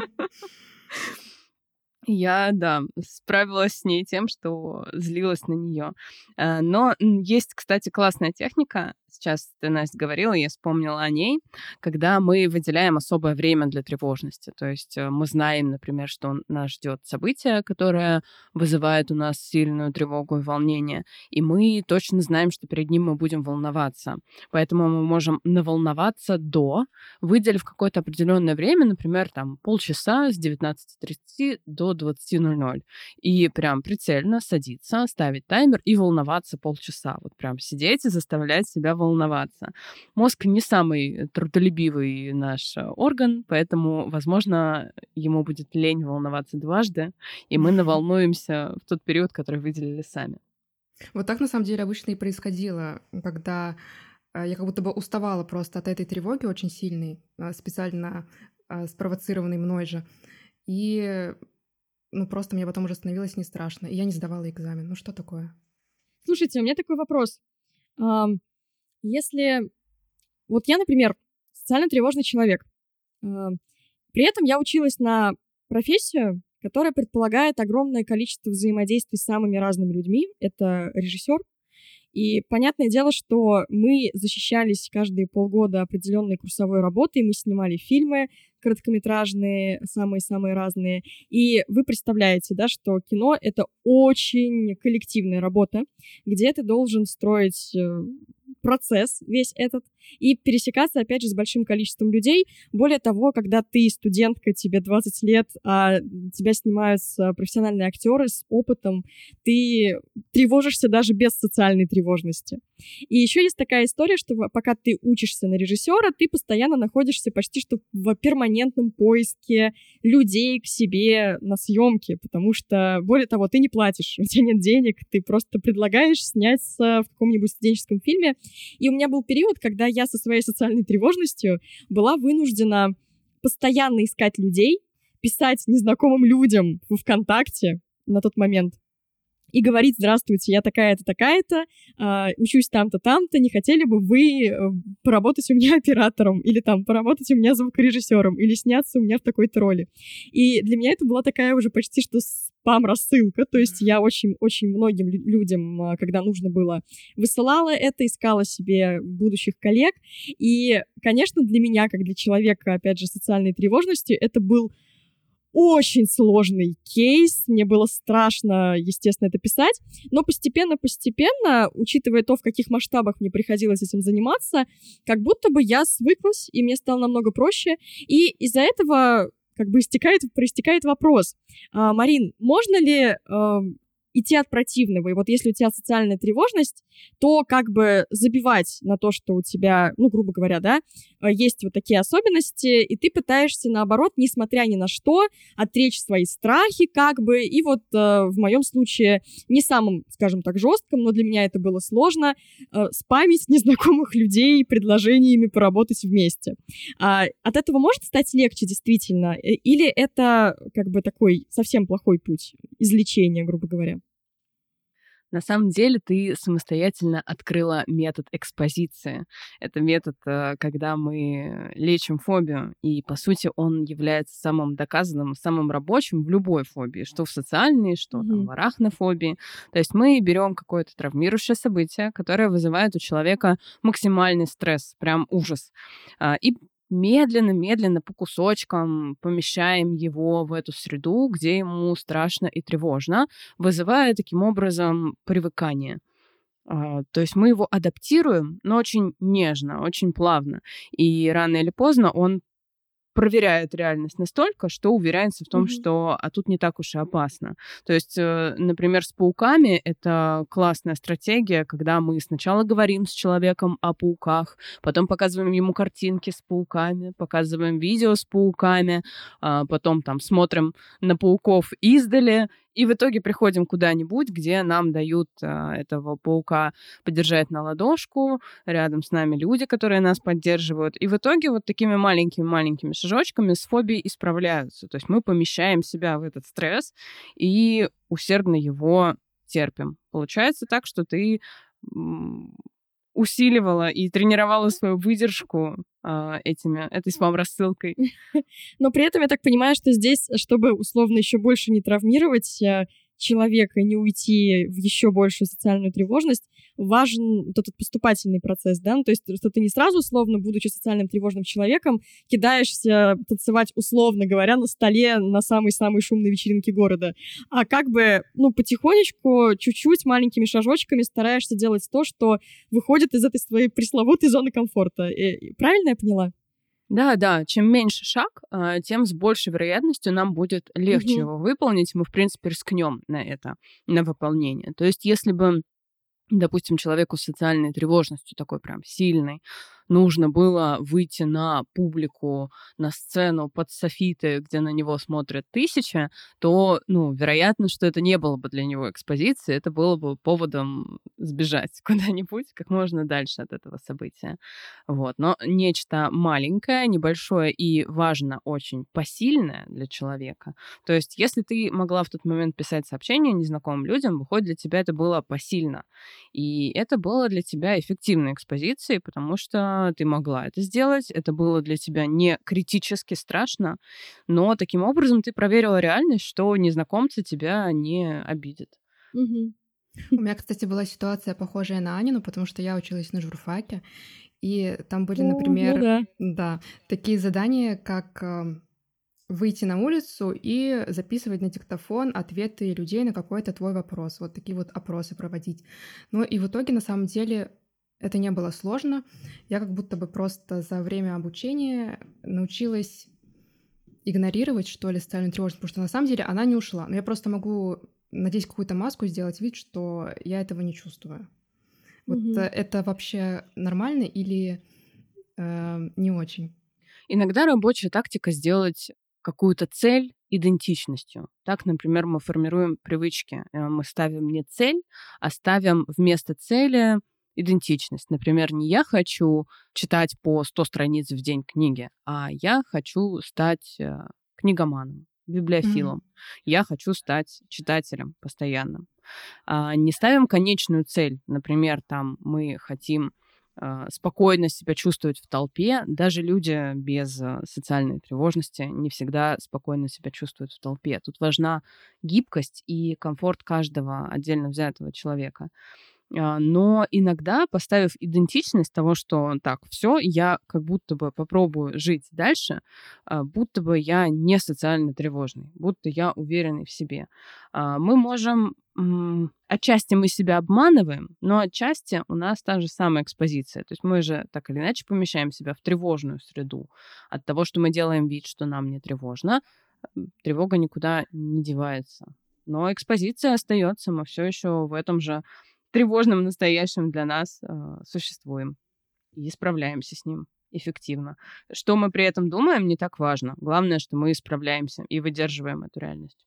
Я, да, справилась с ней тем, что злилась на нее. Но есть, кстати, классная техника. Сейчас ты, Настя, говорила, я вспомнила о ней, когда мы выделяем особое время для тревожности. То есть мы знаем, например, что нас ждет событие, которое вызывает у нас сильную тревогу и волнение, и мы точно знаем, что перед ним мы будем волноваться. Поэтому мы можем наволноваться до, выделив какое-то определенное время, например, там полчаса с девятнадцати тридцати до двадцати ноль ноль. И прям прицельно садиться, ставить таймер и волноваться полчаса. Вот прям сидеть и заставлять себя волноваться. Мозг не самый трудолюбивый наш орган, поэтому, возможно, ему будет лень волноваться дважды, и мы наволнуемся в тот период, который выделили сами. Вот так, на самом деле, обычно и происходило, когда я как будто бы уставала просто от этой тревоги очень сильной, специально спровоцированной мной же. И ну, просто мне потом уже становилось не страшно, и я не сдавала экзамен. Ну, что такое? Слушайте, у меня такой вопрос. Если... Вот я, например, социально тревожный человек. При этом я училась на профессию, которая предполагает огромное количество взаимодействий с самыми разными людьми. Это режиссер. И понятное дело, что мы защищались каждые полгода определенной курсовой работой, мы снимали фильмы короткометражные, самые-самые разные. И вы представляете, да, что кино — это очень коллективная работа, где ты должен строить процесс весь этот и пересекаться, опять же, с большим количеством людей. Более того, когда ты студентка, тебе двадцать лет, а тебя снимают профессиональные актеры с опытом, ты тревожишься даже без социальной тревожности. И еще есть такая история, что пока ты учишься на режиссера, ты постоянно находишься почти что в перманентном поиске людей к себе на съемке, потому что, более того, ты не платишь, у тебя нет денег, ты просто предлагаешь сняться в каком-нибудь студенческом фильме. И у меня был период, когда я со своей социальной тревожностью была вынуждена постоянно искать людей, писать незнакомым людям в ВКонтакте на тот момент и говорить: здравствуйте, я такая-то, такая-то, э, учусь там-то, там-то, не хотели бы вы э, поработать у меня оператором или там поработать у меня звукорежиссером или сняться у меня в такой-то роли. И для меня это была такая уже почти что спам-рассылка, то есть я очень-очень многим людям, когда нужно было, высылала это, искала себе будущих коллег, и, конечно, для меня, как для человека, опять же, социальной тревожности, это был очень сложный кейс, мне было страшно, естественно, это писать, но постепенно-постепенно, учитывая то, в каких масштабах мне приходилось этим заниматься, как будто бы я свыклась, и мне стало намного проще, и из-за этого как бы истекает, проистекает вопрос. А, Марин, можно ли э, идти от противного. И вот если у тебя социальная тревожность, то как бы забивать на то, что у тебя, ну, грубо говоря, да, есть вот такие особенности, и ты пытаешься, наоборот, несмотря ни на что, отречь свои страхи как бы, и вот э, в моем случае не самым, скажем так, жестком, но для меня это было сложно, э, спамить незнакомых людей предложениями поработать вместе. А, от этого может стать легче действительно? Или это как бы такой совсем плохой путь излечения, грубо говоря? На самом деле ты самостоятельно открыла метод экспозиции. Это метод, э, когда мы лечим фобию, и, по сути, он является самым доказанным, самым рабочим в любой фобии, что в социальной, что там Мгм. в арахнофобии. То есть мы берем какое-то травмирующее событие, которое вызывает у человека максимальный стресс, прям ужас, а, и медленно-медленно по кусочкам помещаем его в эту среду, где ему страшно и тревожно, вызывая таким образом привыкание. А, то есть мы его адаптируем, но очень нежно, очень плавно. И рано или поздно он проверяет реальность настолько, что уверяется в том, Мгм. что а тут не так уж и опасно. То есть, э, например, с пауками это классная стратегия, когда мы сначала говорим с человеком о пауках, потом показываем ему картинки с пауками, показываем видео с пауками, а, потом там смотрим на пауков издали, и в итоге приходим куда-нибудь, где нам дают а, этого паука подержать на ладошку, рядом с нами люди, которые нас поддерживают. И в итоге вот такими маленькими-маленькими шажочками с фобией и справляются. То есть мы помещаем себя в этот стресс и усердно его терпим. Получается так, что ты м, усиливала и тренировала свою выдержку а, этими, этой спам-рассылкой. Но при этом я так понимаю, что здесь, чтобы условно еще больше не травмировать э, человека и не уйти в еще большую социальную тревожность, важен вот этот поступательный процесс, да, ну, то есть что ты не сразу, условно, будучи социальным тревожным человеком, кидаешься танцевать, условно говоря, на столе на самой-самой шумной вечеринке города, а как бы, ну, потихонечку, чуть-чуть, маленькими шажочками стараешься делать то, что выходит из этой своей пресловутой зоны комфорта. И- правильно я поняла? Да, да, чем меньше шаг, а, тем с большей вероятностью нам будет легче Мгм. его выполнить. Мы, в принципе, рискнем на это, на выполнение. То есть, если бы, допустим, человеку с социальной тревожностью такой прям сильной нужно было выйти на публику, на сцену под софиты, где на него смотрят тысячи, то, ну, вероятно, что это не было бы для него экспозицией, это было бы поводом сбежать куда-нибудь как можно дальше от этого события. Вот. Но нечто маленькое, небольшое и, важно, очень посильное для человека. То есть, если ты могла в тот момент писать сообщения незнакомым людям, выходит, для тебя это было посильно. И это было для тебя эффективной экспозицией, потому что ты могла это сделать. Это было для тебя не критически страшно, но таким образом ты проверила реальность, что незнакомцы тебя не обидят. Мгм. У меня, кстати, была ситуация похожая на Анину, потому что я училась на журфаке, и там были, О, ну например, да. да, такие задания, как эм, выйти на улицу и записывать на диктофон ответы людей на какой-то твой вопрос. Вот такие вот опросы проводить. Ну и в итоге, на самом деле, это не было сложно. Я как будто бы просто за время обучения научилась игнорировать, что ли, социальную тревожность, потому что на самом деле она не ушла. Но я просто могу надеть какую-то маску и сделать вид, что я этого не чувствую. Вот э, Мгм. это вообще нормально или э, не очень? Иногда рабочая тактика сделать какую-то цель идентичностью. Так, например, мы формируем привычки. Э, Мы ставим не цель, а ставим вместо цели идентичность. Например, не я хочу читать по сто страниц в день книги, а я хочу стать э, книгоманом, Мгм. библиофилом. Я хочу стать читателем постоянным. А, Не ставим конечную цель. Например, там мы хотим а, спокойно себя чувствовать в толпе. Даже люди без а, социальной тревожности не всегда спокойно себя чувствуют в толпе. Тут важна гибкость и комфорт каждого отдельно взятого человека. А, Но иногда, поставив идентичность того, что так, все, я как будто бы попробую жить дальше, а, будто бы я не социально тревожный, будто я уверенный в себе. А, Мы можем м, отчасти мы себя обманываем, но отчасти у нас та же самая экспозиция. То есть мы же так или иначе помещаем себя в тревожную среду. От того, что мы делаем вид, что нам не тревожно, м, тревога никуда не девается. Но экспозиция остается, мы все еще в этом же тревожном настоящем для нас э, существуем и справляемся с ним эффективно. Что мы при этом думаем, не так важно. Главное, что мы справляемся и выдерживаем эту реальность.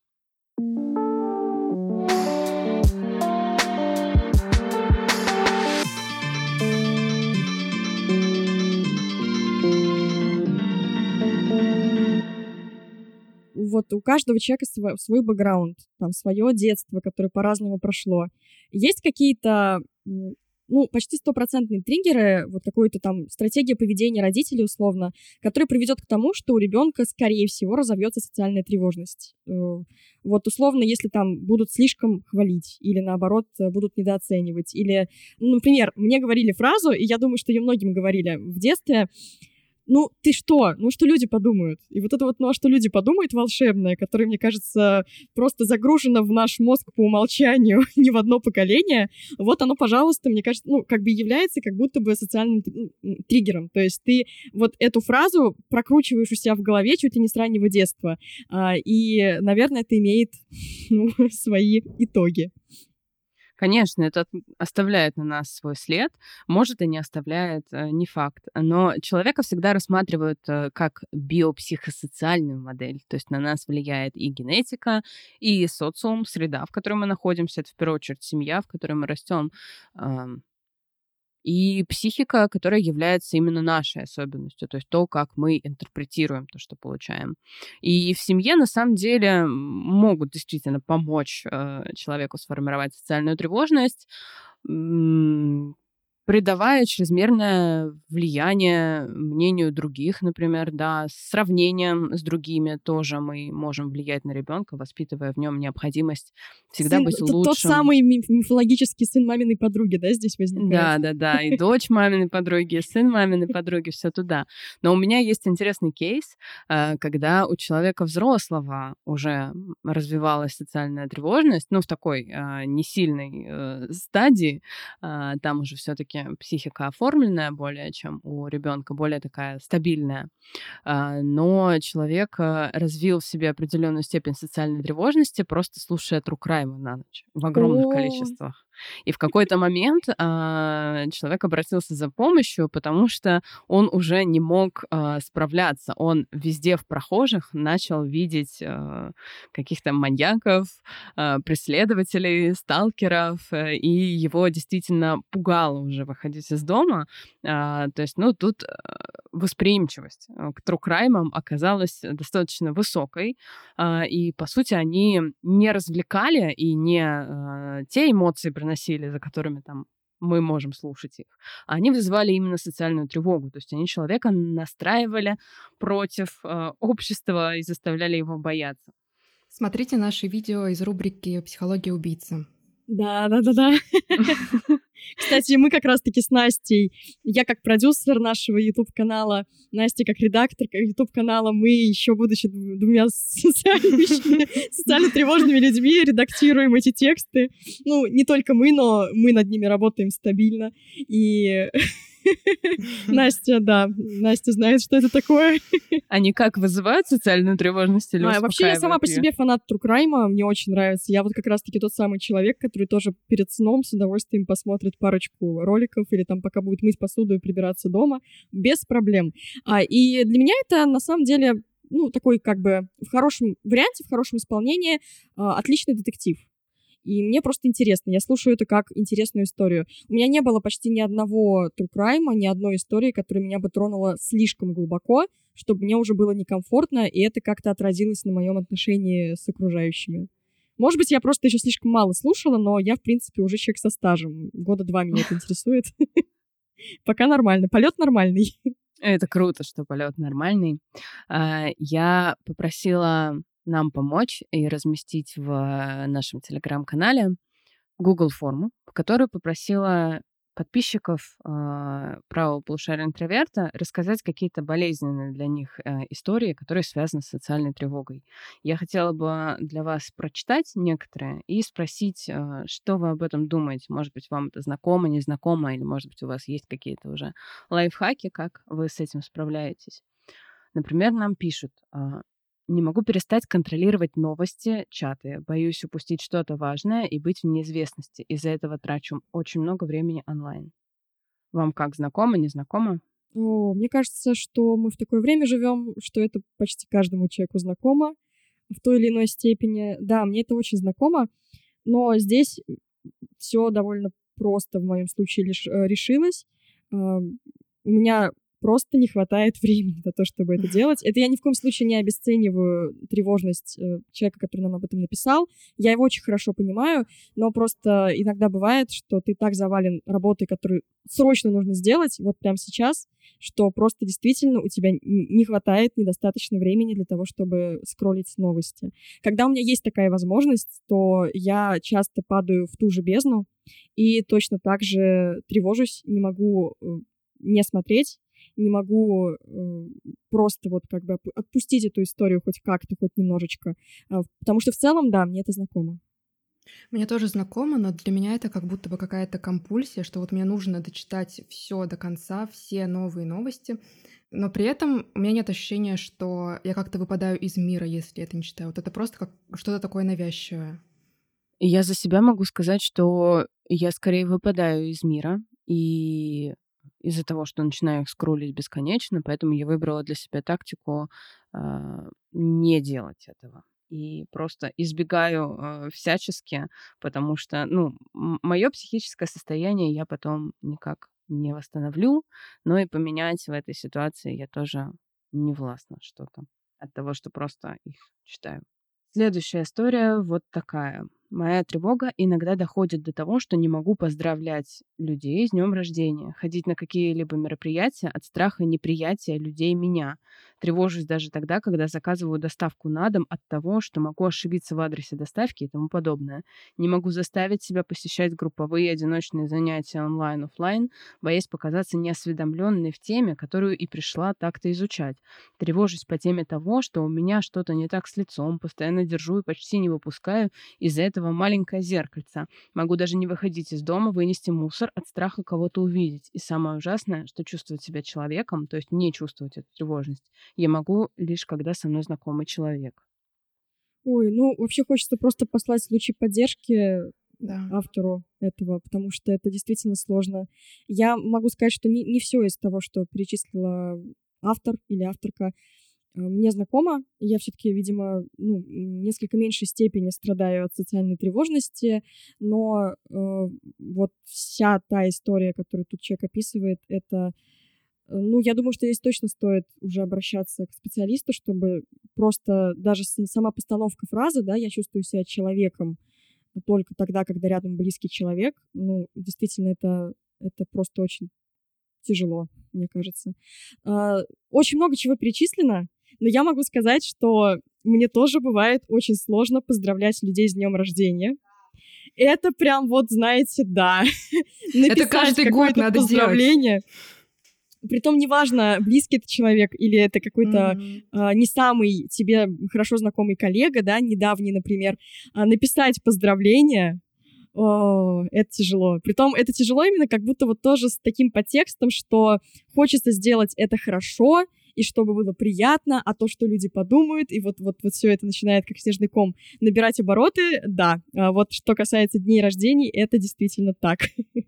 Вот у каждого человека свой, свой бэкграунд, там, свое детство, которое по-разному прошло. Есть какие-то, ну, почти стопроцентные триггеры, вот какой-то там стратегия поведения родителей, условно, которая приведет к тому, что у ребенка, скорее всего, разовьется социальная тревожность. Вот, условно, если там будут слишком хвалить или, наоборот, будут недооценивать. Или, ну, например, мне говорили фразу, и я думаю, что ее многим говорили в детстве: ну, ты что? Ну, что люди подумают? И вот это вот «ну, а что люди подумают» волшебное, которое, мне кажется, просто загружено в наш мозг по умолчанию ни в одно поколение, вот оно, пожалуйста, мне кажется, ну, как бы является как будто бы социальным триггером. То есть ты вот эту фразу прокручиваешь у себя в голове чуть ли не с раннего детства. И, наверное, это имеет, ну, свои итоги. Конечно, это оставляет на нас свой след, может, и не оставляет, не факт. Но человека всегда рассматривают как биопсихосоциальную модель, то есть на нас влияет и генетика, и социум, среда, в которой мы находимся, это в первую очередь семья, в которой мы растем, и психика, которая является именно нашей особенностью, то есть то, как мы интерпретируем то, что получаем. И в семье, на самом деле, могут действительно помочь э, человеку сформировать социальную тревожность, м- придавая чрезмерное влияние мнению других, например, да, с сравнением с другими тоже мы можем влиять на ребенка, воспитывая в нем необходимость всегда сын, быть лучшим. Тот самый мифологический сын маминой подруги, да, здесь возникает? Да, да, да, и дочь маминой подруги, и сын маминой подруги, все туда. Но у меня есть интересный кейс, когда у человека взрослого уже развивалась социальная тревожность, ну, в такой не сильной стадии, там уже все-таки психика оформленная более, чем у ребенка, более такая стабильная. Но человек развил в себе определенную степень социальной тревожности, просто слушая true crime на ночь в огромных О. количествах. И в какой-то момент а, человек обратился за помощью, потому что он уже не мог а, справляться. Он везде в прохожих начал видеть а, каких-то маньяков, а, преследователей, сталкеров, а, и его действительно пугало уже выходить из дома. А, то есть, ну, тут восприимчивость к true crime оказалась достаточно высокой, а, и, по сути, они не развлекали и не а, те эмоции приносили, за которыми там мы можем слушать их, а они вызывали именно социальную тревогу. То есть они человека настраивали против э, общества и заставляли его бояться. Смотрите наши видео из рубрики «Психология убийцы». Да, да, да, да. Кстати, мы как раз-таки с Настей, я как продюсер нашего YouTube-канала, Настя как редактор YouTube-канала, мы еще, будучи двумя социальными, социально тревожными людьми, редактируем эти тексты. Ну, не только мы, но мы над ними работаем стабильно. И Настя, да, Настя знает, что это такое. Они как вызывают социальную тревожность или а, Вообще, я сама по ее? себе фанат True Crime, мне очень нравится. Я вот как раз-таки тот самый человек, который тоже перед сном с удовольствием посмотрит парочку роликов или там пока будет мыть посуду и прибираться дома, без проблем. А, и для меня это на самом деле, ну, такой как бы в хорошем варианте, в хорошем исполнении а, отличный детектив. И мне просто интересно. Я слушаю это как интересную историю. У меня не было почти ни одного true crime, ни одной истории, которая меня бы тронула слишком глубоко, чтобы мне уже было некомфортно, и это как-то отразилось на моем отношении с окружающими. Может быть, я просто еще слишком мало слушала, но я, в принципе, уже человек со стажем. Года два меня это интересует. Пока нормально. Полет нормальный. Это круто, что полет нормальный. Я попросила нам помочь и разместить в нашем телеграм-канале Google форму, в которой попросила подписчиков э, правого полушария интроверта рассказать какие-то болезненные для них э, истории, которые связаны с социальной тревогой. Я хотела бы для вас прочитать некоторые и спросить, э, что вы об этом думаете. Может быть, вам это знакомо, незнакомо, или, может быть, у вас есть какие-то уже лайфхаки, как вы с этим справляетесь. Например, нам пишут: Не могу перестать контролировать новости, чаты. Боюсь упустить что-то важное и быть в неизвестности. Из-за этого трачу очень много времени онлайн. Вам как, знакомо, незнакомо? О, мне кажется, что мы в такое время живем, что это почти каждому человеку знакомо в той или иной степени. Да, мне это очень знакомо, но здесь все довольно просто в моем случае лишь э, решилось. А, У меня просто не хватает времени на то, чтобы это делать. Это я ни в коем случае не обесцениваю тревожность э, человека, который нам об этом написал. Я его очень хорошо понимаю, но просто иногда бывает, что ты так завален работой, которую срочно нужно сделать, вот прямо сейчас, что просто действительно у тебя н- не хватает недостаточно времени для того, чтобы скроллить новости. Когда у меня есть такая возможность, то я часто падаю в ту же бездну и точно так же тревожусь, не могу э, не смотреть, не могу э, просто вот как бы опу- отпустить эту историю хоть как-то, хоть немножечко. А, потому что в целом, да, мне это знакомо. Мне тоже знакомо, но для меня это как будто бы какая-то компульсия, что вот мне нужно дочитать все до конца, все новые новости. Но при этом у меня нет ощущения, что я как-то выпадаю из мира, если это не читаю. Вот это просто как что-то такое навязчивое. И Я за себя могу сказать, что я скорее выпадаю из мира, и из-за того, что начинаю их скроллить бесконечно, поэтому я выбрала для себя тактику а, не делать этого. И просто избегаю а, всячески, потому что, ну, мое психическое состояние я потом никак не восстановлю, но и поменять в этой ситуации я тоже не властна что-то от того, что просто их читаю. Следующая история вот такая. Моя тревога иногда доходит до того, что не могу поздравлять людей с днем рождения, ходить на какие-либо мероприятия от страха неприятия людей меня. Тревожусь даже тогда, когда заказываю доставку на дом от того, что могу ошибиться в адресе доставки и тому подобное. Не могу заставить себя посещать групповые одиночные занятия онлайн-оффлайн, боясь показаться неосведомленной в теме, которую и пришла так-то изучать. Тревожусь по теме того, что у меня что-то не так с лицом, постоянно держу и почти не выпускаю из-за этого маленькое зеркальце. Могу даже не выходить из дома, вынести мусор от страха кого-то увидеть. И самое ужасное, что чувствовать себя человеком, то есть не чувствовать эту тревожность, я могу лишь когда со мной знакомый человек. Ой, ну вообще хочется просто послать лучи поддержки Да. автору этого, потому что это действительно сложно. Я могу сказать, что не, не все из того, что перечислила автор или авторка, э, мне знакомо. Я все-таки, видимо, ну, м, несколько меньшей степени страдаю от социальной тревожности, но э, вот вся та история, которую тут человек описывает, это, э, ну, я думаю, что здесь точно стоит уже обращаться к специалисту, чтобы просто даже с- сама постановка фразы, да, я чувствую себя человеком только тогда, когда рядом близкий человек, ну, действительно, это, это просто очень тяжело, мне кажется. А, Очень много чего перечислено, но я могу сказать, что мне тоже бывает очень сложно поздравлять людей с днем рождения. Это прям вот, знаете, да, Это написать каждый год какое-то надо делать. поздравление. Притом неважно, близкий это человек или это какой-то Мгм. а, не самый тебе хорошо знакомый коллега, да, недавний, например, а, написать поздравление, о, это тяжело. Притом это тяжело именно как будто вот тоже с таким подтекстом, что хочется сделать это хорошо, и чтобы было приятно, а то, что люди подумают, и вот, вот, вот все это начинает как снежный ком набирать обороты, да. А вот что касается дней рождений, это действительно так.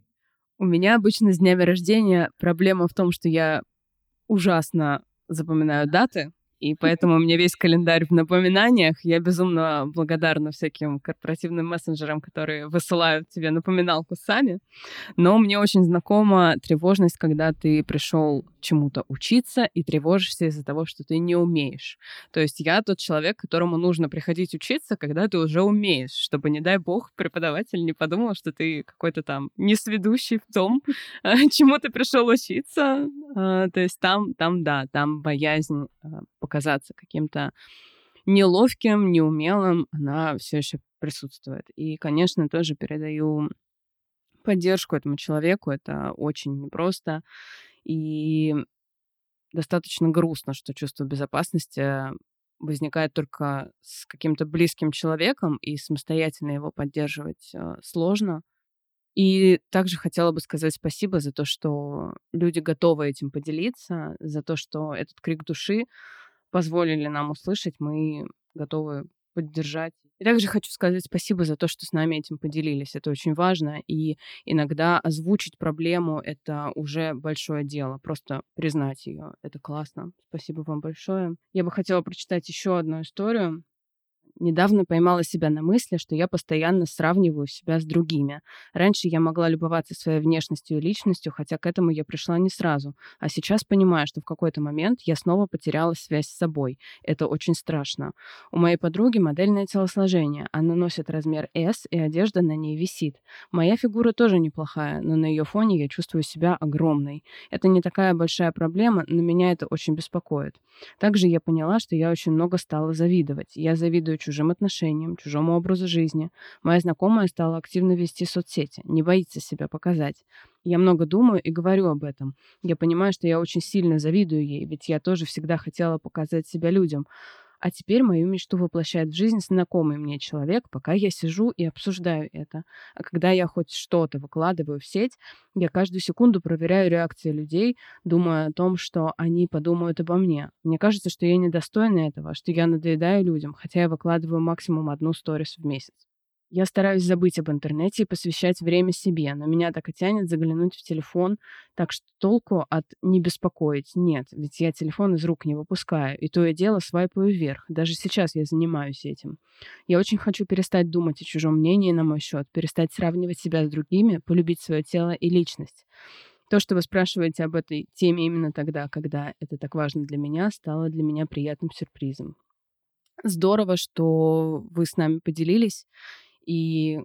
У меня обычно с днями рождения проблема в том, что я ужасно запоминаю даты, и поэтому у меня весь календарь в напоминаниях. Я безумно благодарна всяким корпоративным мессенджерам, которые высылают тебе напоминалку сами. Но мне очень знакома тревожность, когда ты пришел чему-то учиться и тревожишься из-за того, что ты не умеешь. То есть я тот человек, которому нужно приходить учиться, когда ты уже умеешь, чтобы, не дай бог, преподаватель не подумал, что ты какой-то там несведущий в том, а, чему ты пришел учиться. А, То есть там, там, да, там боязнь а, показаться каким-то неловким, неумелым, она все еще присутствует. И, конечно, тоже передаю поддержку этому человеку. Это очень непросто. И достаточно грустно, что чувство безопасности возникает только с каким-то близким человеком, и самостоятельно его поддерживать э, сложно. И также хотела бы сказать спасибо за то, что люди готовы этим поделиться, за то, что этот крик души позволили нам услышать, мы готовы поддержать. И также хочу сказать спасибо за то, что с нами этим поделились. Это очень важно. И иногда озвучить проблему — это уже большое дело. Просто признать ее. Это классно. Спасибо вам большое. Я бы хотела прочитать еще одну историю. Недавно поймала себя на мысли, что я постоянно сравниваю себя с другими. Раньше я могла любоваться своей внешностью и личностью, хотя к этому я пришла не сразу. А сейчас понимаю, что в какой-то момент я снова потеряла связь с собой. Это очень страшно. У моей подруги модельное телосложение. Она носит размер эс, и одежда на ней висит. Моя фигура тоже неплохая, но на ее фоне я чувствую себя огромной. Это не такая большая проблема, но меня это очень беспокоит. Также я поняла, что я очень много стала завидовать. Я завидую чужим отношениям, чужому образу жизни. Моя знакомая стала активно вести соцсети, не боится себя показать. Я много думаю и говорю об этом. Я понимаю, что я очень сильно завидую ей, ведь я тоже всегда хотела показать себя людям. А теперь мою мечту воплощает в жизнь знакомый мне человек, пока я сижу и обсуждаю это. А когда я хоть что-то выкладываю в сеть, я каждую секунду проверяю реакции людей, думая о том, что они подумают обо мне. Мне кажется, что я недостойна этого, что я надоедаю людям, хотя я выкладываю максимум одну сторис в месяц. Я стараюсь забыть об интернете и посвящать время себе, но меня так и тянет заглянуть в телефон, так что толку от «не беспокоить» нет, ведь я телефон из рук не выпускаю, и то и дело свайпаю вверх. Даже сейчас я занимаюсь этим. Я очень хочу перестать думать о чужом мнении на мой счет, перестать сравнивать себя с другими, полюбить свое тело и личность. То, что вы спрашиваете об этой теме именно тогда, когда это так важно для меня, стало для меня приятным сюрпризом. Здорово, что вы с нами поделились. И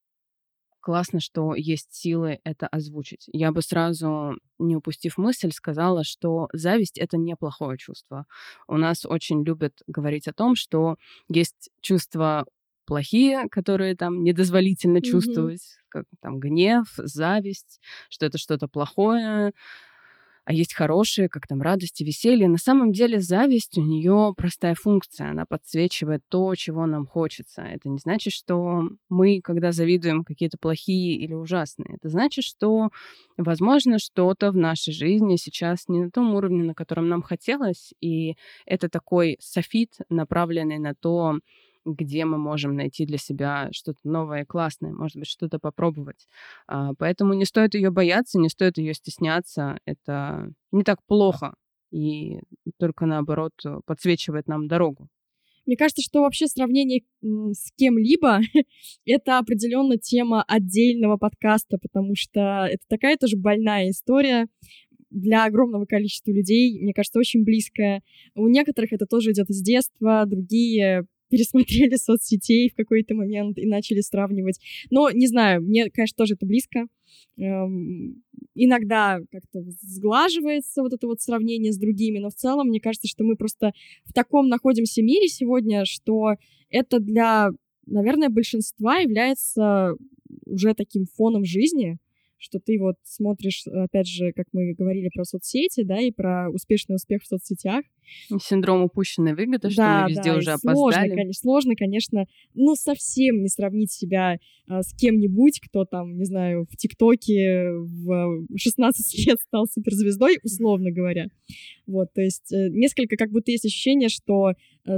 классно, что есть силы это озвучить. Я бы сразу, не упустив мысль, сказала, что зависть — это неплохое чувство. У нас очень любят говорить о том, что есть чувства плохие, которые там недозволительно Мгм. чувствовать, как там гнев, зависть, что это что-то плохое. А есть хорошие, как там радость и веселье. На самом деле зависть, у нее простая функция. Она подсвечивает то, чего нам хочется. Это не значит, что мы, когда завидуем, какие-то плохие или ужасные. Это значит, что, возможно, что-то в нашей жизни сейчас не на том уровне, на котором нам хотелось. И это такой софит, направленный на то, где мы можем найти для себя что-то новое и классное, может быть, что-то попробовать. А, Поэтому не стоит ее бояться, не стоит ее стесняться. Это не так плохо и только наоборот э, подсвечивает нам дорогу. Мне кажется, что вообще сравнение м, с кем-либо это определенно тема отдельного подкаста, потому что это такая тоже больная история для огромного количества людей, мне кажется, очень близкая. У некоторых это тоже идет из детства, другие пересмотрели соцсетей в какой-то момент и начали сравнивать. Но, не знаю, мне, конечно, тоже это близко. Эм, Иногда как-то сглаживается вот это вот сравнение с другими, но в целом, мне кажется, что мы просто в таком находимся мире сегодня, что это для, наверное, большинства является уже таким фоном жизни, что ты вот смотришь, опять же, как мы говорили про соцсети, да, и про успешный успех в соцсетях. Синдром упущенной выгоды, что Да, мы везде да, и уже сложно, опоздали. конечно, сложно, конечно, ну, совсем не сравнить себя а, с кем-нибудь, кто там, не знаю, в ТикТоке в шестнадцать лет стал суперзвездой, условно говоря. Вот, то есть э, несколько как будто есть ощущение, что э,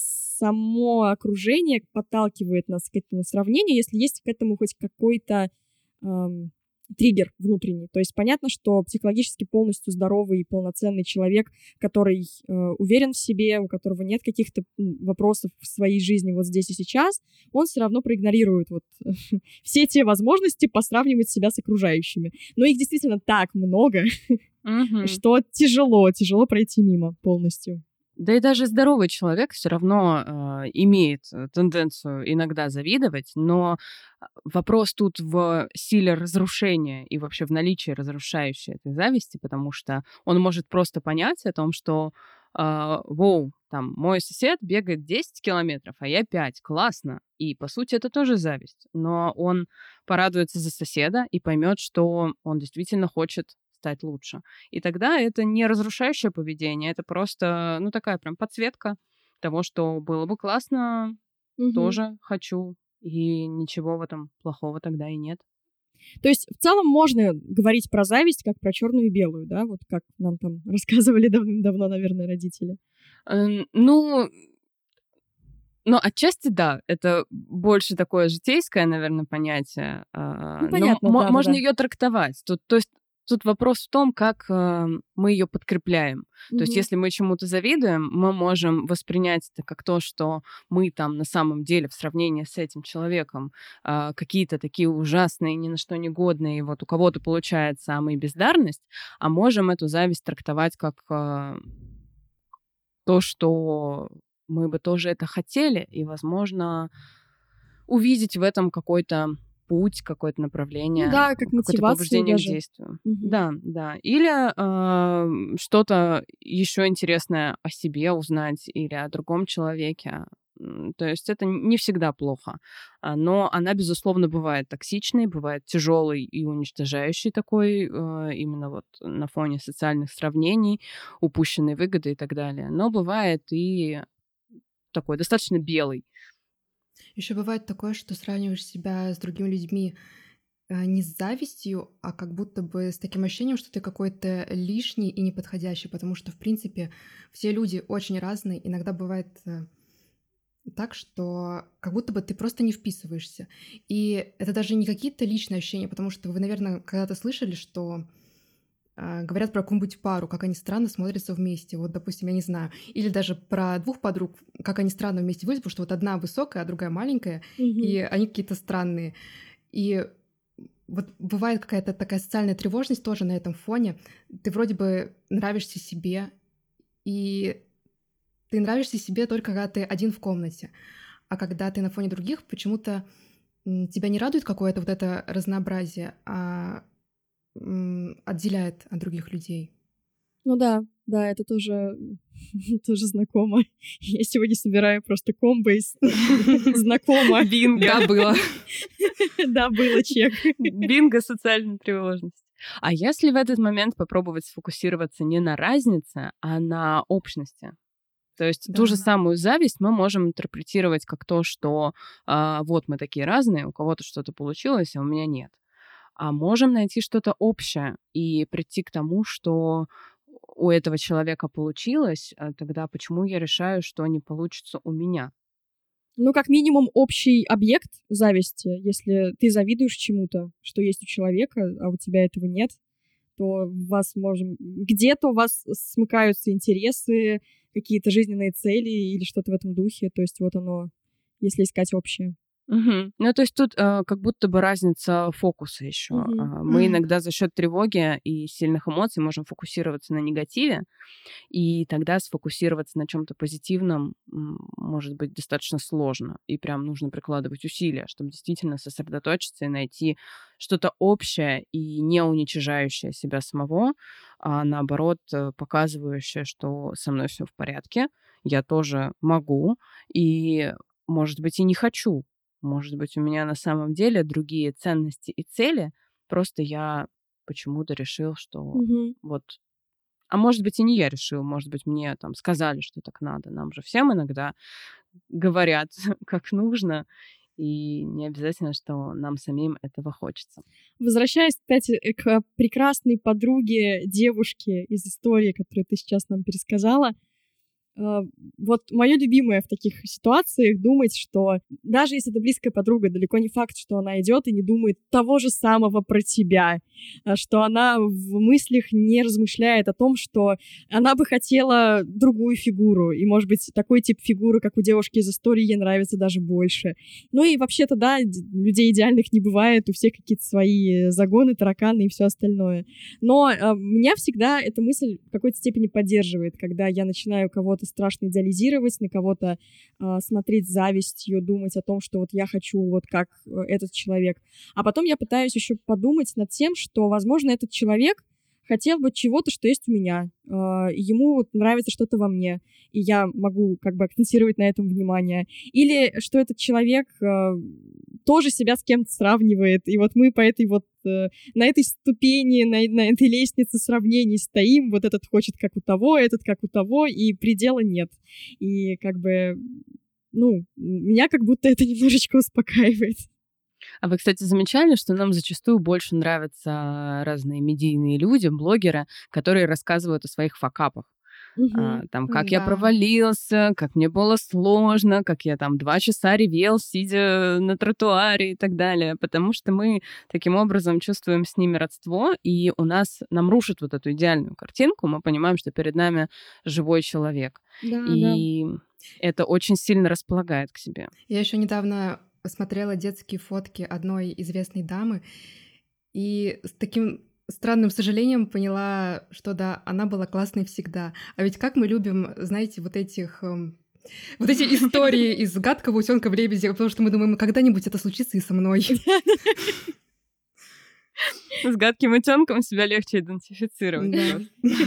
само окружение подталкивает нас к этому сравнению, если есть к этому хоть какой-то эм, триггер внутренний. То есть понятно, что психологически полностью здоровый и полноценный человек, который э, уверен в себе, у которого нет каких-то м, вопросов в своей жизни вот здесь и сейчас, он все равно проигнорирует вот все те возможности посравнивать себя с окружающими. Но их действительно так много, Мгм. что тяжело, тяжело пройти мимо полностью. Да и даже здоровый человек все равно э, имеет э, тенденцию иногда завидовать, но а, вопрос тут в силе разрушения и вообще в наличии разрушающей этой зависти, потому что он может просто понять о том, что а, воу, там, мой сосед бегает десять километров, а я пять, классно. И, по сути, это тоже зависть. Но он порадуется за соседа и поймет, что он действительно хочет стать лучше. И тогда это не разрушающее поведение, это просто, ну, такая прям подсветка того, что было бы классно, Мгм. тоже хочу, и ничего в этом плохого тогда и нет. То есть в целом можно говорить про зависть как про черную и белую, да, вот как нам там рассказывали давным-давно, наверное, родители. Эм, ну, ну, отчасти да, это больше такое житейское, наверное, понятие. Ну, а, Но понятно, мо- можно да-да-да. ее трактовать. Тут, то есть тут вопрос в том, как э, мы ее подкрепляем. То есть Мгм. если мы чему-то завидуем, мы можем воспринять это как то, что мы там на самом деле в сравнении с этим человеком а, какие-то такие ужасные, ни на что не годные, и вот у кого-то получается, а мы бездарность, а можем эту зависть трактовать как а, то, что мы бы тоже это хотели, и, возможно, увидеть в этом какой-то путь, какое-то Ну направление, да, как какое-то мотивацию побуждение к даже. действию. Мгм. Да, да. Или ам, что-то еще интересное о себе узнать или о другом человеке. М, То есть это не всегда плохо. А, Но она, безусловно, бывает токсичной, бывает тяжелой и уничтожающей такой, э, именно вот на фоне социальных сравнений, упущенной выгоды и так далее. Но бывает и такой достаточно белый. Еще бывает такое, что сравниваешь себя с другими людьми э, не с завистью, а как будто бы с таким ощущением, что ты какой-то лишний и неподходящий, потому что, в принципе, все люди очень разные. Иногда бывает э, так, что как будто бы ты просто не вписываешься. И это даже не какие-то личные ощущения, потому что вы, наверное, когда-то слышали, что а, говорят про какую-нибудь пару, как они странно смотрятся вместе. Вот, допустим, я не знаю. Или даже про двух подруг, как они странно вместе выглядят, потому что вот одна высокая, а другая маленькая, Мгм. и они какие-то странные. И вот бывает какая-то такая социальная тревожность тоже на этом фоне. Ты вроде бы нравишься себе, и ты нравишься себе только когда ты один в комнате. А когда ты на фоне других, почему-то м, тебя не радует какое-то вот это разнообразие, а м, отделяет от других людей. Ну да, да, это тоже, тоже знакомо. Я сегодня собираю просто комбо из знакомо. Бинго. Да, было. Да, было чек. Бинго социальной тревожности. А если в этот момент попробовать сфокусироваться не на разнице, а на общности? То есть ту же Да. самую зависть мы можем интерпретировать как то, что а, вот мы такие разные, у кого-то что-то получилось, а у меня нет. А можем найти что-то общее и прийти к тому, что у этого человека получилось, а тогда почему я решаю, что не получится у меня? Ну, как минимум, общий объект зависти. Если ты завидуешь чему-то, что есть у человека, а у тебя этого нет, то у вас можем... Где-то у вас смыкаются интересы, какие-то жизненные цели или что-то в этом духе. То есть вот оно, если искать общее. Мгм. Ну, то есть тут э, как будто бы разница фокуса еще. Мгм. Мы М. иногда за счет тревоги и сильных эмоций можем фокусироваться на негативе, и тогда сфокусироваться на чем-то позитивном м, может быть достаточно сложно. И прям нужно прикладывать усилия, чтобы действительно сосредоточиться и найти что-то общее и не уничижающее себя самого, а наоборот э, показывающее, что со мной все в порядке, я тоже могу, и, может быть, и не хочу. Может быть, у меня на самом деле другие ценности и цели, просто я почему-то решил, что Мгм. вот а может быть, и не я решил, может быть, мне там сказали, что так надо. Нам же всем иногда говорят, как нужно, и не обязательно, что нам самим этого хочется. Возвращаясь, кстати, э, к прекрасной подруге девушки из истории, которую ты сейчас нам пересказала, э, вот мое любимое в таких ситуациях думать, что даже если это близкая подруга, далеко не факт, что она идет и не думает того же самого про тебя, а что она в мыслях не размышляет о том, что она бы хотела другую фигуру, и, может быть, такой тип фигуры, как у девушки из истории, ей нравится даже больше. Ну и вообще-то, да, д- людей идеальных не бывает, у всех какие-то свои загоны, тараканы и все остальное. Но э, меня всегда эта мысль в какой-то степени поддерживает, когда я начинаю кого-то страшно идеализировать, на кого-то э, смотреть с завистью, думать о том, что вот я хочу вот как э, этот человек. А потом я пытаюсь еще подумать над тем, что, возможно, этот человек хотел бы чего-то, что есть у меня. Э, и ему вот нравится что-то во мне, и я могу как бы акцентировать на этом внимание. Или что этот человек э, тоже себя с кем-то сравнивает, и вот мы по этой вот э, на этой ступени, на, на этой лестнице сравнений стоим, вот этот хочет как у того, этот как у того, и предела нет. И как бы, ну, меня как будто это немножечко успокаивает. А вы, кстати, замечали, что нам зачастую больше нравятся разные медийные люди, блогеры, которые рассказывают о своих факапах? А, Мгм. там, как я Да. провалился, как мне было сложно, как я там два часа ревел, сидя на тротуаре и так далее. Потому что мы таким образом чувствуем с ними родство, и у нас нам рушит вот эту идеальную картинку. Мы понимаем, что перед нами живой человек. Да, да. И это очень сильно располагает к себе. Я еще недавно смотрела детские фотки одной известной дамы, и с таким странным сожалением поняла, что да, она была классной всегда. А ведь как мы любим, знаете, вот этих... эм, Вот эти истории из гадкого утенка в лебеде, потому что мы думаем, когда-нибудь это случится и со мной. С гадким утенком себя легче идентифицировать. Да.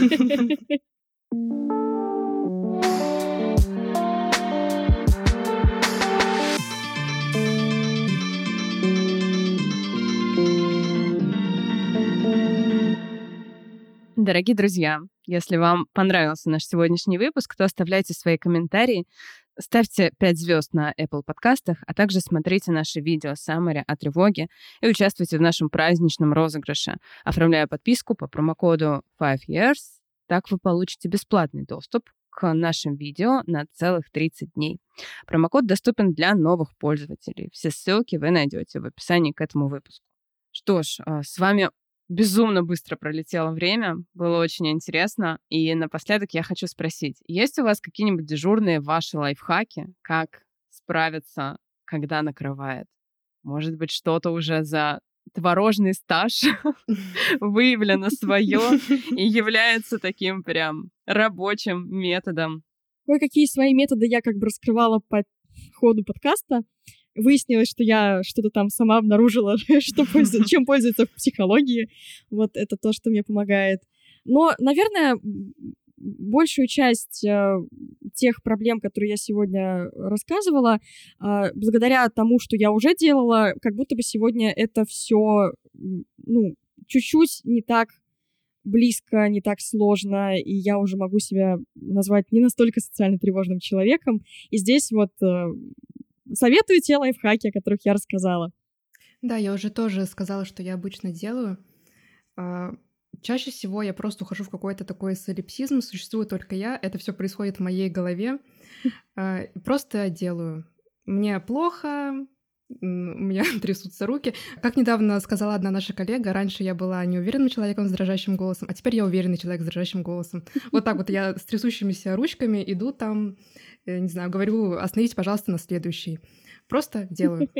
Дорогие друзья, если вам понравился наш сегодняшний выпуск, то оставляйте свои комментарии, ставьте пять звезд на Apple подкастах, а также смотрите наши видео summary о тревоге и участвуйте в нашем праздничном розыгрыше. Оформляя подписку по промокоду five years, так вы получите бесплатный доступ к нашим видео на целых тридцать дней. Промокод доступен для новых пользователей. Все ссылки вы найдете в описании к этому выпуску. Что ж, а, с вами безумно быстро пролетело время, было очень интересно. И напоследок я хочу спросить, есть у вас какие-нибудь дежурные ваши лайфхаки, как справиться, когда накрывает? Может быть, что-то уже за творожный стаж выявлено свое и является таким прям рабочим методом? Кое-какие свои методы я как бы раскрывала по ходу подкаста. Выяснилось, что я что-то там сама обнаружила, что пользу- чем пользуется в психологии. Вот это то, что мне помогает. Но, наверное, м, большую часть э, тех проблем, которые я сегодня рассказывала, а, благодаря тому, что я уже делала, как будто бы сегодня это все, ну, чуть-чуть не так близко, не так сложно, и я уже могу себя назвать не настолько социально тревожным человеком. И здесь вот э, советую те лайфхаки, о которых я рассказала. Да, я уже тоже сказала, что я обычно делаю. А, Чаще всего я просто ухожу в какой-то такой солипсизм, существую только я, это все происходит в моей голове. А, и Просто делаю. Мне плохо, м, у меня трясутся руки. Как недавно сказала одна наша коллега, раньше я была неуверенным человеком с дрожащим голосом, а теперь я уверенный человек с дрожащим голосом. Вот так вот я с трясущимися ручками иду там, э, не знаю, говорю, остановите, пожалуйста, на следующий. Просто делаю.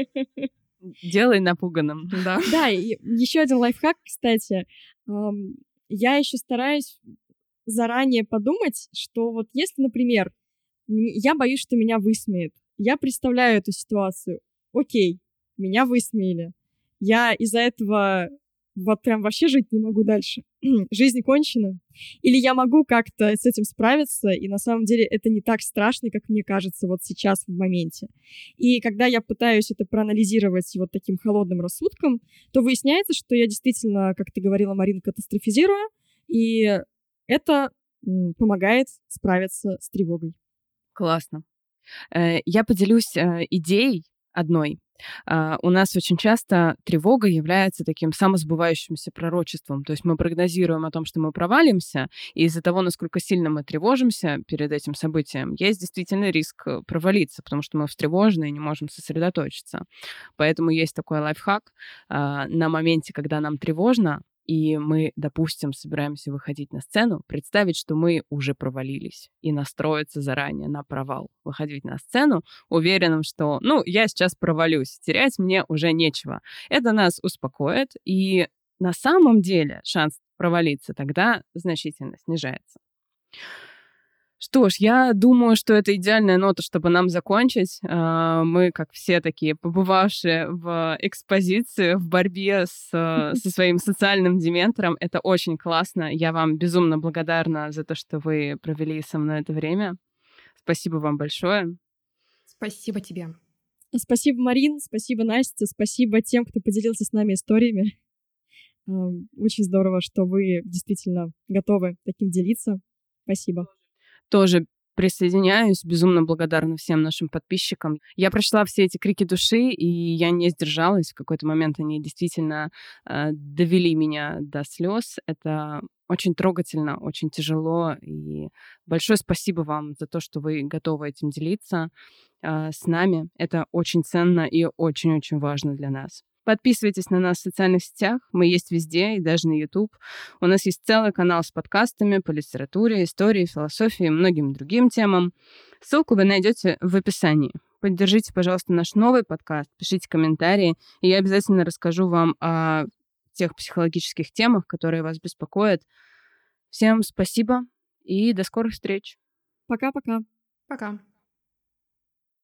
Делай напуганным. Да. Да, и еще один лайфхак, кстати. Ам, Я еще стараюсь заранее подумать, что вот если, например, м, я боюсь, что меня высмеют, я представляю эту ситуацию. Окей, меня высмеяли. Я из-за этого вот прям вообще жить не могу дальше. Жизнь кончена. Или я могу как-то с этим справиться, и на самом деле это не так страшно, как мне кажется вот сейчас в моменте. И когда я пытаюсь это проанализировать вот таким холодным рассудком, то выясняется, что я действительно, как ты говорила, Марин, катастрофизирую, и это м, помогает справиться с тревогой. Классно. Э, Я поделюсь э, идеей одной. А, У нас очень часто тревога является таким самосбывающимся пророчеством. То есть мы прогнозируем о том, что мы провалимся, и из-за того, насколько сильно мы тревожимся перед этим событием, есть действительно риск э, провалиться, потому что мы встревожены и не можем сосредоточиться. Поэтому есть такой лайфхак. а, На моменте, когда нам тревожно, и мы, допустим, собираемся выходить на сцену, представить, что мы уже провалились, и настроиться заранее на провал. Выходить на сцену уверенным, что, ну, я сейчас провалюсь, терять мне уже нечего. Это нас успокоит, и на самом деле шанс провалиться тогда значительно снижается. Что ж, я думаю, что это идеальная нота, чтобы нам закончить. А, Мы, как все такие побывавшие в экспозиции, в борьбе с, э, со своим социальным дементором, это очень классно. Я вам безумно благодарна за то, что вы провели со мной это время. Спасибо вам большое. Спасибо тебе. Спасибо, Марин, спасибо, Настя, спасибо тем, кто поделился с нами историями. Ам, Очень здорово, что вы действительно готовы таким делиться. Спасибо. Тоже присоединяюсь, безумно благодарна всем нашим подписчикам. Я прочла все эти крики души, и я не сдержалась. В какой-то момент они действительно э, довели меня до слез. Это очень трогательно, очень тяжело. И большое спасибо вам за то, что вы готовы этим делиться э, с нами. Это очень ценно и очень-очень важно для нас. Подписывайтесь на нас в социальных сетях. Мы есть везде, и даже на YouTube. У нас есть целый канал с подкастами по литературе, истории, философии и многим другим темам. Ссылку вы найдете в описании. Поддержите, пожалуйста, наш новый подкаст, пишите комментарии, и я обязательно расскажу вам о тех психологических темах, которые вас беспокоят. Всем спасибо и до скорых встреч. Пока-пока. Пока.